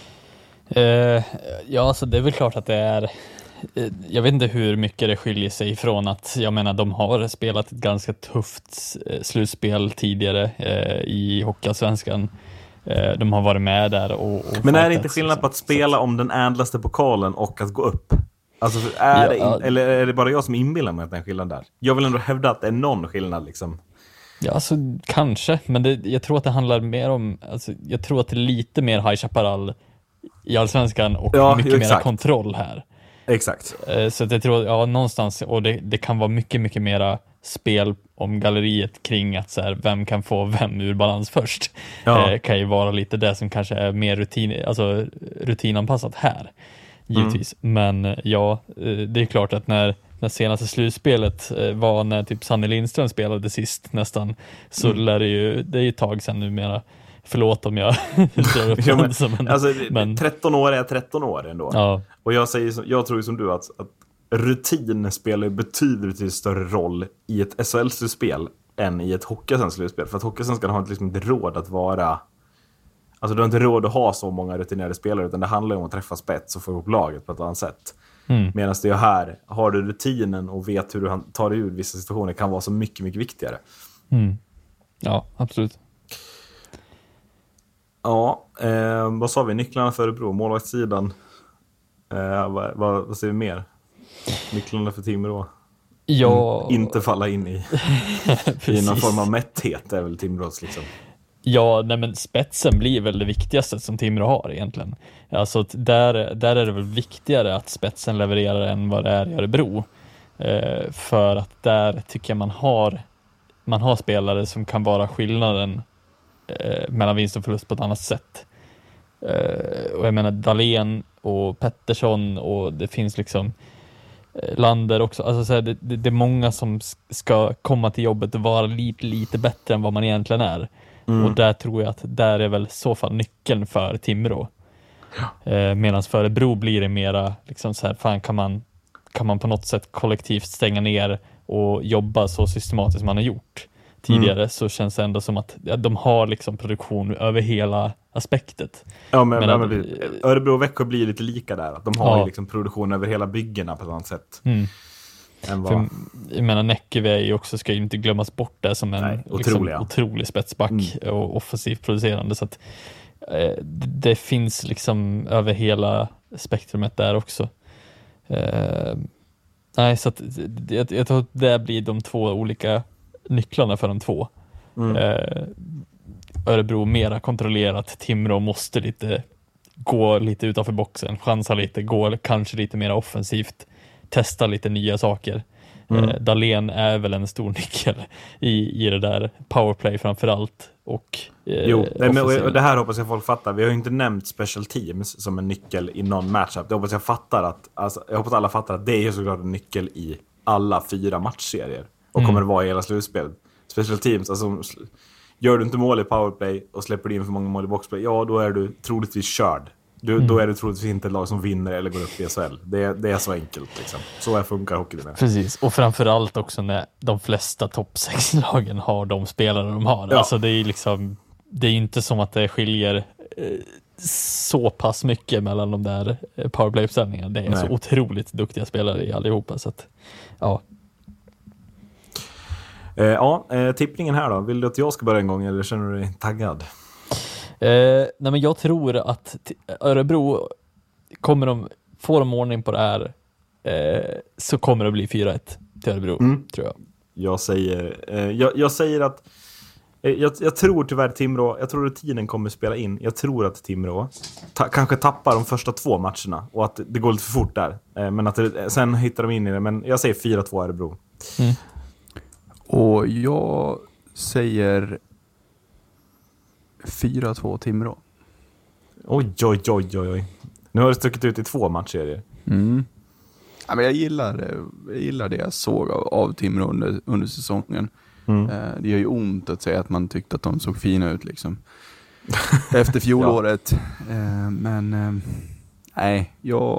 Ja, alltså det är väl klart att det är. Jag vet inte hur mycket det skiljer sig från att, jag menar, de har spelat ett ganska tufft slutspel tidigare i hockeyallsvenskan. De har varit med där och men är det inte skillnad på att spela om den ädlaste pokalen och att gå upp? Alltså eller är det bara jag som inbillar mig att det är en skillnad där? Jag vill ändå hävda att det är någon skillnad liksom. Ja, alltså kanske, men jag tror att det handlar mer om, alltså, jag tror att det är lite mer High Chaparral i allsvenskan och mycket mer kontroll här. Exakt. Så att jag tror, någonstans, och det kan vara mycket, mycket mera spel om galleriet kring att så här, vem kan få vem ur balans först. Kan ju vara lite det som kanske är mer rutinanpassat här, givetvis. Men det är klart att när senaste slutspelet var när typ Sanne Lindström spelade sist nästan, så lär det är ju ett tag sedan numera. Förlåt om jag drar upp men 13 år är 13 år ändå. Ja. Och jag tror ju som du att rutin spelar betydligt större roll i ett SHL-slutspel än i ett hockeyallsvenskan-slutspel. För att hockeyallsvenskan har liksom inte råd att vara... Alltså du har inte råd att ha så många rutinerade spelare, utan det handlar om att träffa spets och få ihop laget på ett annat sätt. Medan det är här, har du rutinen och vet hur du tar dig ur vissa situationer, kan vara så mycket, mycket viktigare. Ja, absolut. Ja, vad sa vi? Nycklarna för Örebro, målvaktssidan. Vad ser vi mer? Nycklarna för Timrå. Inte falla in i någon form av mätthet är väl Timrås liksom. Ja, nej, men spetsen blir väl det viktigaste som Timrå har egentligen. Alltså där är det väl viktigare att spetsen levererar än vad det är i Örebro. För att där tycker jag man har spelare som kan vara skillnaden mellan vinst och förlust på ett annat sätt. Och jag menar Dahlén och Pettersson, och det finns liksom Lander också. Alltså så här, det är många som ska komma till jobbet och vara lite bättre än vad man egentligen är. Och där tror jag att där är väl så fall nyckeln för Timrå. Medan för Örebro blir det mera liksom så här, fan kan man på något sätt kollektivt stänga ner och jobba så systematiskt som man har gjort tidigare, så känns det ändå som att de har liksom produktion över hela aspektet. Ja, men Örebro och Växjö blir lite lika där. Att de har ju liksom produktion över hela byggena på ett annat sätt. För, jag menar, Näckeve också ska ju inte glömmas bort där som en otrolig spetsback och offensivt producerande. Så att det finns liksom över hela spektrumet där också. Nej, så att jag tror att det blir de två olika nycklarna för de två. Örebro mera kontrollerat, Timrå måste gå lite utanför boxen, chansa lite, gå kanske lite mer offensivt, testa lite nya saker. Dahlén är väl en stor nyckel i det där powerplay framförallt. Och det här hoppas jag folk fattar. Vi har ju inte nämnt special teams som en nyckel i någon matchup. Det hoppas jag hoppas alla fattar att det är såklart en nyckel i alla 4 matchserier och kommer det vara i hela slutspelet. Special teams, alltså gör du inte mål i powerplay och släpper in för många mål i boxplay, ja, då är du troligtvis körd. Då är det troligtvis inte ett lag som vinner eller går upp i SHL. Det är så enkelt liksom. Så funkar hockeyn. Precis, och framförallt också när de flesta topp 6-lagen har de spelare de har. Ja. Alltså det är liksom, det är inte som att det skiljer så pass mycket mellan de där powerplay-uppställningarna. Det är så otroligt duktiga spelare i allihopa. Så att, ja. Tippningen här då. Vill du att jag ska börja en gång eller känner du dig taggad? Nej, men jag tror att Örebro får de ordning på det här, så kommer det bli 4-1 till Örebro, tror jag. Jag säger att jag tror tyvärr Timrå, jag tror rutinen kommer spela in. Jag tror att Timrå kanske tappar de första 2 matcherna och att det går lite för fort där. Men att sen hittar de in i det. Men jag säger 4-2 Örebro. Och jag säger 4-2 Timrå. Oj. Nu har det stuckit ut i 2 matcher. Ja, men jag gillar det jag såg av Timrå under säsongen. Det gör ju ont att säga att man tyckte att de såg fina ut liksom. Efter fjolåret. Men nej,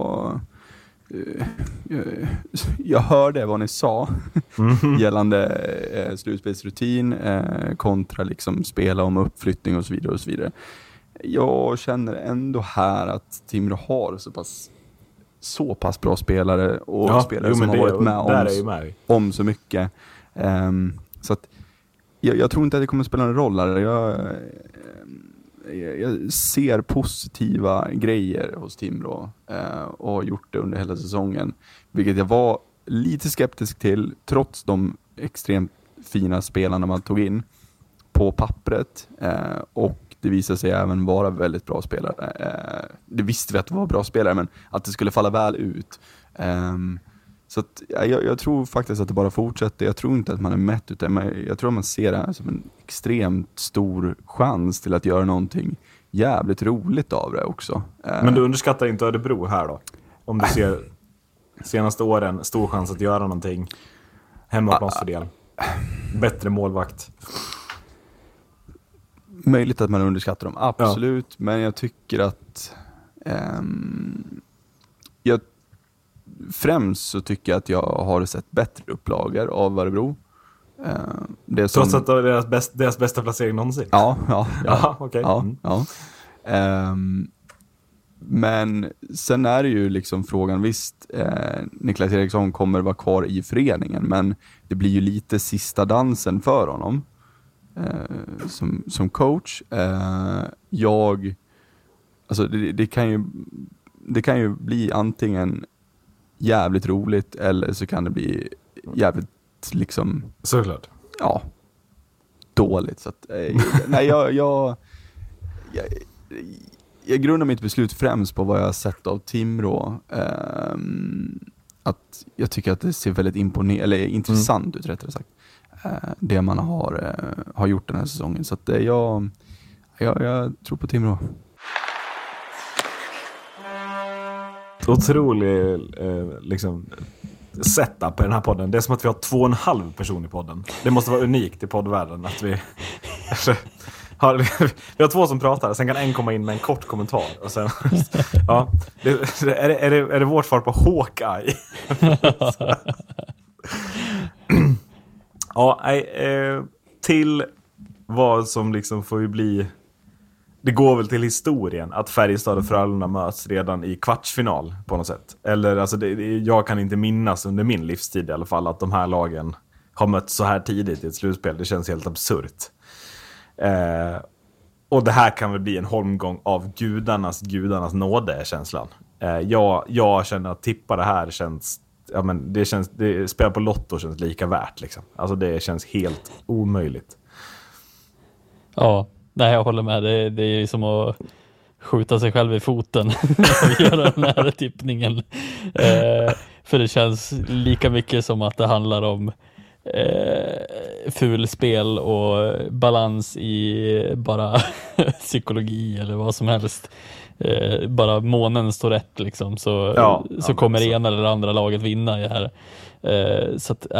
jag hörde vad ni sa gällande slutspelsrutin kontra liksom spela om uppflyttning och så vidare och så vidare. Jag känner ändå här att Timrå har så pass bra spelare och spelare som har varit med om så mycket. Så att jag tror inte att det kommer att spela en roll här. Jag ser positiva grejer hos Timrå och har gjort det under hela säsongen. Vilket jag var lite skeptisk till trots de extremt fina spelarna man tog in på pappret. Och det visade sig även vara väldigt bra spelare. Det visste vi att det var bra spelare, men att det skulle falla väl ut. Så att, jag tror faktiskt att det bara fortsätter. Jag tror inte att man är mätt, utan jag tror att man ser det här som en extremt stor chans till att göra någonting jävligt roligt av det också. Men du underskattar inte Örebro här då? Om du ser senaste åren stor chans att göra någonting. Hemmaplansfördel. Bättre målvakt. Möjligt att man underskattar dem, absolut. Ja. Men jag tycker att främst så tycker jag att jag har sett bättre upplagor av Örebro. Trots att det är deras bästa placering någonsin? Ja, okej. Ja. Men sen är det ju liksom frågan, visst, Niklas Eriksson kommer vara kvar i föreningen, men det blir ju lite sista dansen för honom som coach. Alltså det kan ju bli antingen jävligt roligt eller så kan det bli jävligt liksom, såklart. Ja, dåligt. Så att, nej, jag grundar mitt beslut främst på vad jag har sett av Timrå. att jag tycker att det ser väldigt intressant ut, rättare sagt. Det man har gjort den här säsongen. Så att jag tror på Timrå. Otrolig liksom setup på den här podden. Det är som att vi har 2,5 person i podden. Det måste vara unikt i poddvärlden att vi vi har 2 som pratar, sen kan en komma in med en kort kommentar och sen ja, är det vårt svar på Hawkeye? Ja, till vad som liksom får ju bli, det går väl till historien att Färjestad och Frölunda möts redan i kvartsfinal på något sätt. Eller alltså jag kan inte minnas under min livstid i alla fall att de här lagen har mötts så här tidigt i ett slutspel. Det känns helt absurt. Och det här kan väl bli en holmgång av gudarnas nåde, är känslan. Jag känner att tippa det här känns, ja men det spela på lotto känns lika värt liksom. Alltså det känns helt omöjligt. Ja, nej, jag håller med. Det är ju som att skjuta sig själv i foten och göra den här tippningen. För det känns lika mycket som att det handlar om fulspel och balans i bara psykologi eller vad som helst. Bara månen står rätt liksom, så kommer det ena eller andra laget vinna i det här. Så att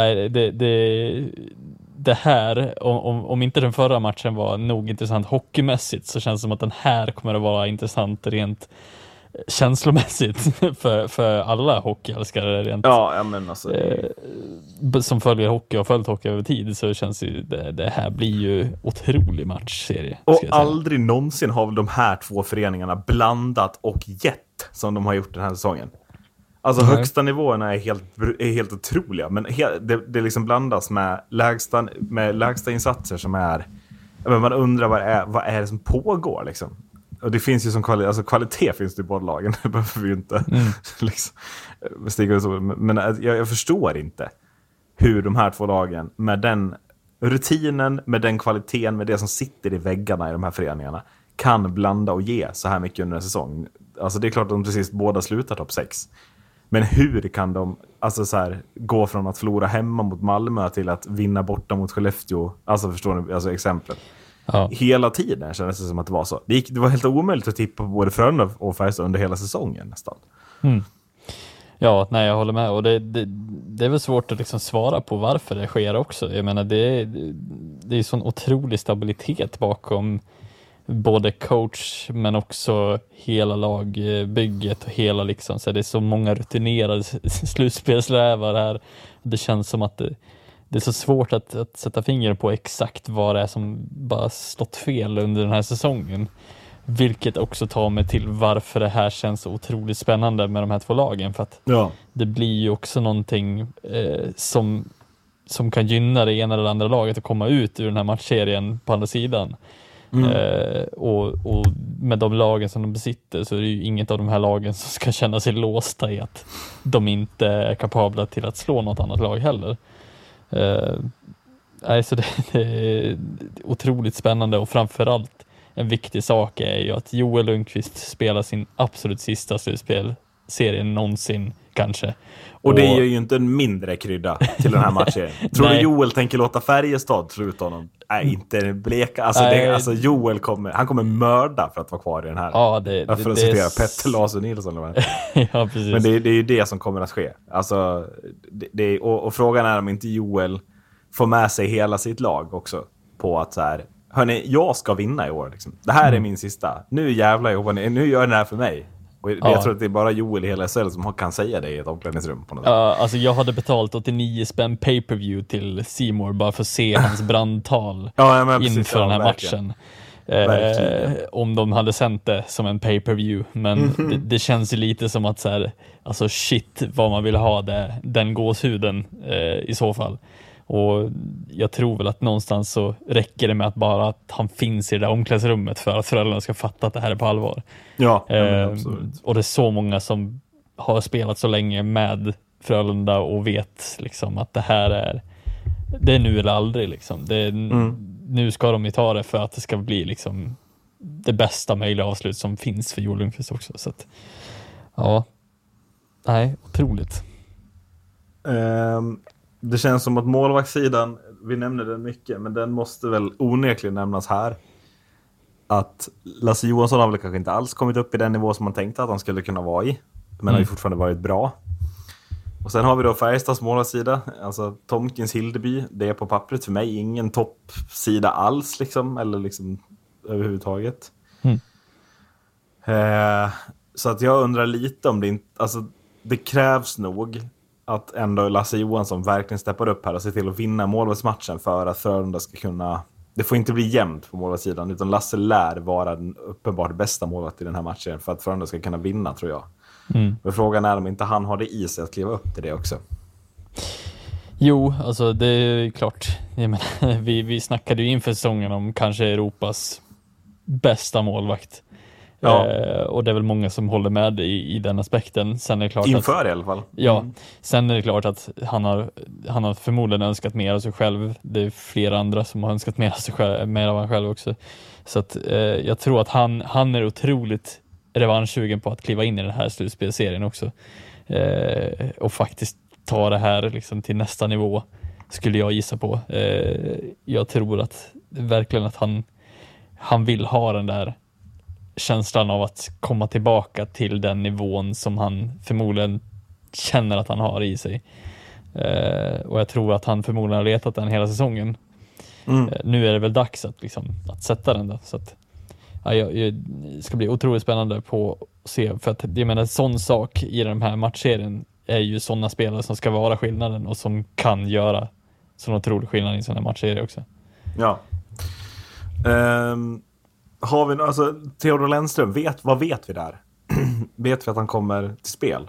det här, om inte den förra matchen var nog intressant hockeymässigt, så känns det som att den här kommer att vara intressant rent känslomässigt för alla hockeyälskare rent. Ja, men alltså som följer hockey och följt hockey över tid, så känns ju det här blir ju otrolig matchserie. Och aldrig någonsin har väl de här 2 föreningarna blandat och gett som de har gjort den här säsongen. Alltså högsta nivåerna är helt otroliga, men det liksom blandas med lägsta insatser som är, men man undrar vad är det som pågår liksom. Och det finns ju som kvalitet finns det i båda lagen. Det behöver vi ju inte liksom stiga ut så. Men jag förstår inte hur de här 2 lagen med den rutinen, med den kvaliteten, med det som sitter i väggarna i de här föreningarna kan blanda och ge så här mycket under en säsong. Alltså det är klart att de precis båda slutar topp 6. Men hur kan de alltså så här, gå från att förlora hemma mot Malmö till att vinna borta mot Skellefteå? Alltså förstår ni, alltså exempel. Ja. Hela tiden kändes det som att det var så. Det var helt omöjligt att tippa på både Frölunda och Färjestad under hela säsongen nästan. Ja, nej, jag håller med. Och det är väl svårt att liksom svara på varför det sker också. Jag menar, det är sån otrolig stabilitet bakom både coach men också hela lagbygget och hela liksom, så det är så många rutinerade slutspelsrävar här. Det känns som att det är så svårt att sätta fingret på exakt vad det är som bara slått fel under den här säsongen. Vilket också tar mig till varför det här känns så otroligt spännande med de här 2 lagen. För att det blir ju också någonting som kan gynna det ena eller andra laget att komma ut ur den här matchserien på andra sidan. Och med de lagen som de besitter så är det ju inget av de här lagen som ska känna sig låsta i att de inte är kapabla till att slå något annat lag heller. Så det är otroligt spännande, och framförallt en viktig sak är ju att Joel Lundqvist spelar sin absolut sista slutspelserien någonsin kanske. Och det är ju inte en mindre krydda till den här matchen. Tror du Joel tänker låta Färjestad slå ut honom? Nej, inte bleka. Alltså, Joel kommer mörda för att vara kvar i den här. Ja, för att citera Petter Larsson Nilsson. Ja, precis. Men det är ju det som kommer att ske. Alltså, och frågan är om inte Joel får med sig hela sitt lag också på att så här, hörni, jag ska vinna i år. Liksom. Det här är min sista. Nu jävlar jobbar ni. Nu gör ni det här för mig. Och jag tror att det är bara Joel i hela SL som kan säga det i ett omklädningsrum på något sätt. Alltså jag hade betalt 89 spänn pay-per-view till C-More bara för att se hans brandtal inför den här matchen. Om de hade sänt det som en pay-per-view. Men det känns ju lite som att så här, alltså shit vad man vill ha den gåshuden i så fall. Och jag tror väl att någonstans så räcker det med att bara att han finns i det där omklädningsrummet för att föräldrarna ska fatta att det här är på allvar. Ja, absolut. Och det är så många som har spelat så länge med Frölunda och vet liksom att det här är nu eller aldrig liksom. Nu ska de ju ta det för att det ska bli liksom det bästa möjliga avslut som finns för Joel Lundqvist också. Så att, ja, nej, otroligt. Det känns som att målvaktssidan, vi nämner den mycket, men den måste väl onekligen nämnas här. Att Lasse Johansson har väl kanske inte alls kommit upp i den nivå som man tänkte att han skulle kunna vara i. Men har ju fortfarande varit bra. Och sen har vi då Färjestads målvaktssida. Alltså Tomkins Hildeby, det är på pappret för mig ingen toppsida alls liksom. Eller liksom överhuvudtaget. Så att jag undrar lite om det inte... Alltså det krävs nog att ändå Lasse Johansson verkligen steppar upp här och ser till att vinna målvaktsmatchen för att Frölunda ska kunna... Det får inte bli jämnt på målvaktssidan, utan Lasse lär vara den uppenbart bästa målvakt i den här matchen för att Frölunda ska kunna vinna, tror jag. Men frågan är om inte han har det i sig att kliva upp till det också. Jo, alltså det är klart. Jag menar, vi snackade ju inför säsongen om kanske Europas bästa målvakt. Ja. Och det är väl många som håller med i den aspekten. Sen är det klart inför i alla fall. Ja, sen är det klart att han har förmodligen önskat mer av sig själv. Det är flera andra som har önskat mer av sig själv, mer av han själv också. Så att jag tror att han är otroligt revanschsugen på att kliva in i den här slutspelserien också. Och faktiskt ta det här liksom till nästa nivå, skulle jag gissa på. Jag tror att verkligen att han vill ha den där känslan av att komma tillbaka till den nivån som han förmodligen känner att han har i sig. Och jag tror att han förmodligen har letat den hela säsongen. Nu är det väl dags att sätta den då. Så att, det ska bli otroligt spännande på att se. För att jag menar, en sån sak i den här matchserien är ju sådana spelare som ska vara skillnaden och som kan göra sån otrolig skillnad i en sån här matchserie också. Ja. Har vi alltså Theodor Lennström, vad vet vi där? Vet vi att han kommer till spel?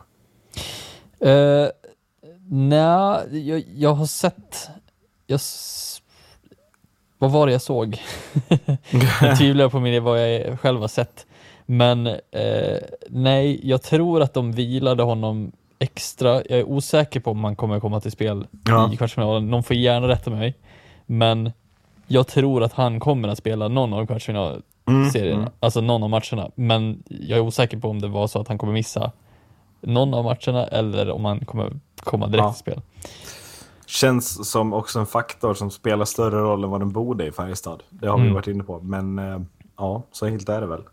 Nej, jag har sett vad var det jag såg? Jag tvivlar på mig vad jag själv har sett. Men nej, jag tror att de vilade honom extra. Jag är osäker på om han kommer komma till spel i kvartsfinalen. Någon får gärna rätta mig. Men jag tror att han kommer att spela någon av kvartsfinalserierna. Alltså någon av matcherna. Men jag är osäker på om det var så att han kommer missa någon av matcherna eller om han kommer komma direkt till spel. Känns som också en faktor som spelar större roll än vad den borde i Färjestad. Det har vi varit inne på. Men ja, så enkelt är det väl.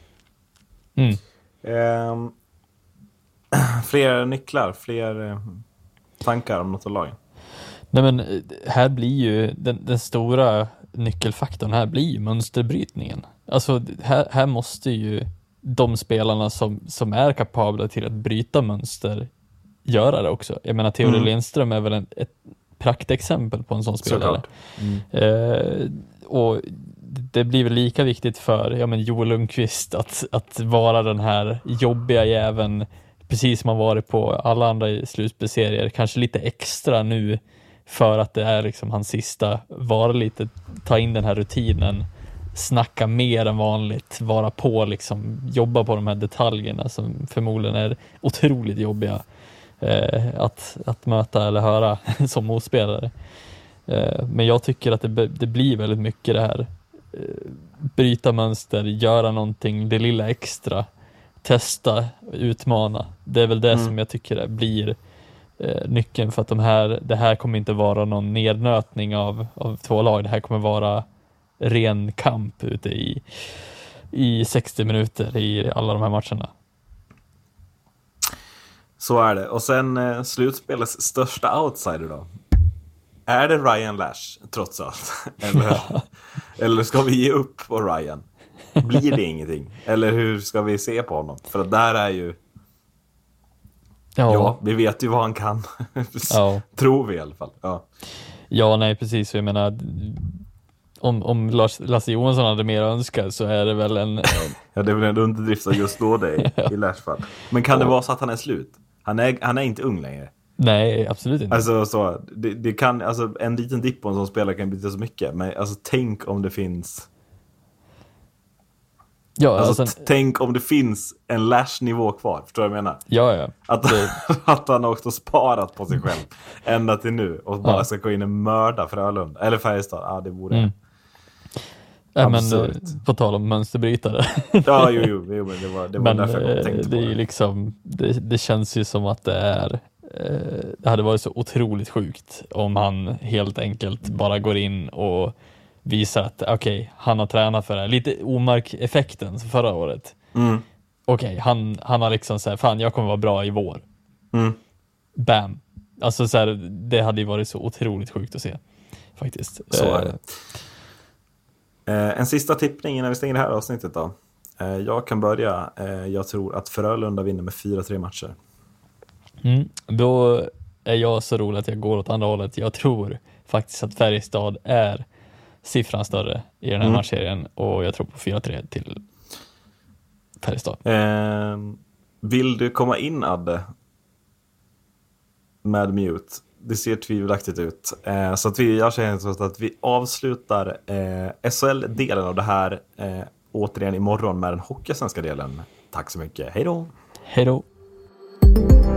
Fler nycklar, fler tankar om något av lagen? Nej, men här blir ju den stora nyckelfaktorn här blir ju mönsterbrytningen. Alltså här måste ju de spelarna som är kapabla till att bryta mönster göra det också. Jag menar, Theodor Lennström är väl ett praktexempel på en sån spelare. Och det blir väl lika viktigt för Joel Lundqvist att vara den här jobbiga jäveln, precis som han varit på alla andra slutspelsserier, kanske lite extra nu för att det är liksom hans sista, vara lite, ta in den här rutinen, snacka mer än vanligt, vara på liksom, jobba på de här detaljerna som förmodligen är otroligt jobbiga att möta eller höra som motspelare. Men jag tycker att det blir väldigt mycket det här bryta mönster, göra någonting, det lilla extra, testa, utmana. Det är väl det som jag tycker det blir nyckeln, för att det här kommer inte vara någon nednötning av två lag. Det här kommer vara ren kamp ute i 60 minuter i alla de här matcherna. Så är det. Och sen slutspelets största outsider då. Är det Ryan Lash trots allt? Eller ska vi ge upp på Ryan? Blir det ingenting? Eller hur ska vi se på honom? För att där är ju... Ja, vi vet ju vad han kan. Tror vi i alla fall. Ja, nej, precis. Jag menar, om Lasse Johansson hade mer önskat så är det väl en... Ja, det är väl en underdrift att just då det i Lash fall. Men kan det vara så att han är slut? Han är inte ung längre. Nej, absolut inte. Alltså, så, det kan, alltså, en liten dipp på en sån spelare kan betyda så mycket. Men alltså, tänk om det finns... Ja, alltså, tänk om det finns en Lash-nivå kvar. Förstår du vad jag menar? Ja. Att han också sparat på sig själv ända till nu och bara ska gå in och mörda Frölunda. Eller Färjestad. Ja, det borde men på tal om mönsterbrytare. Ja, jo, men det var men därför jag tänkte på det. Är liksom, det känns ju som att det är det hade varit så otroligt sjukt om han helt enkelt bara går in och visar att okej, han har tränat för det här. Lite Omark-effekten förra året. Okej, han har liksom så här, fan jag kommer vara bra i vår. Bam. Alltså så här, det hade ju varit så otroligt sjukt att se. Faktiskt. Så är det. En sista tippning innan vi stänger det här avsnittet då. Jag kan börja. Jag tror att Frölunda vinner med 4-3 matcher. Då är jag så rolig att jag går åt andra hållet. Jag tror faktiskt att Färjestad är siffran större i den här matchserien. Och jag tror på 4-3 till Färjestad. Vill du komma in, Adde? Med mute. Det ser tvivelaktigt ut. Så att jag känner att vi avslutar SHL-delen av det här återigen imorgon med den hockeysvenska delen. Tack så mycket. Hej då! Hej då!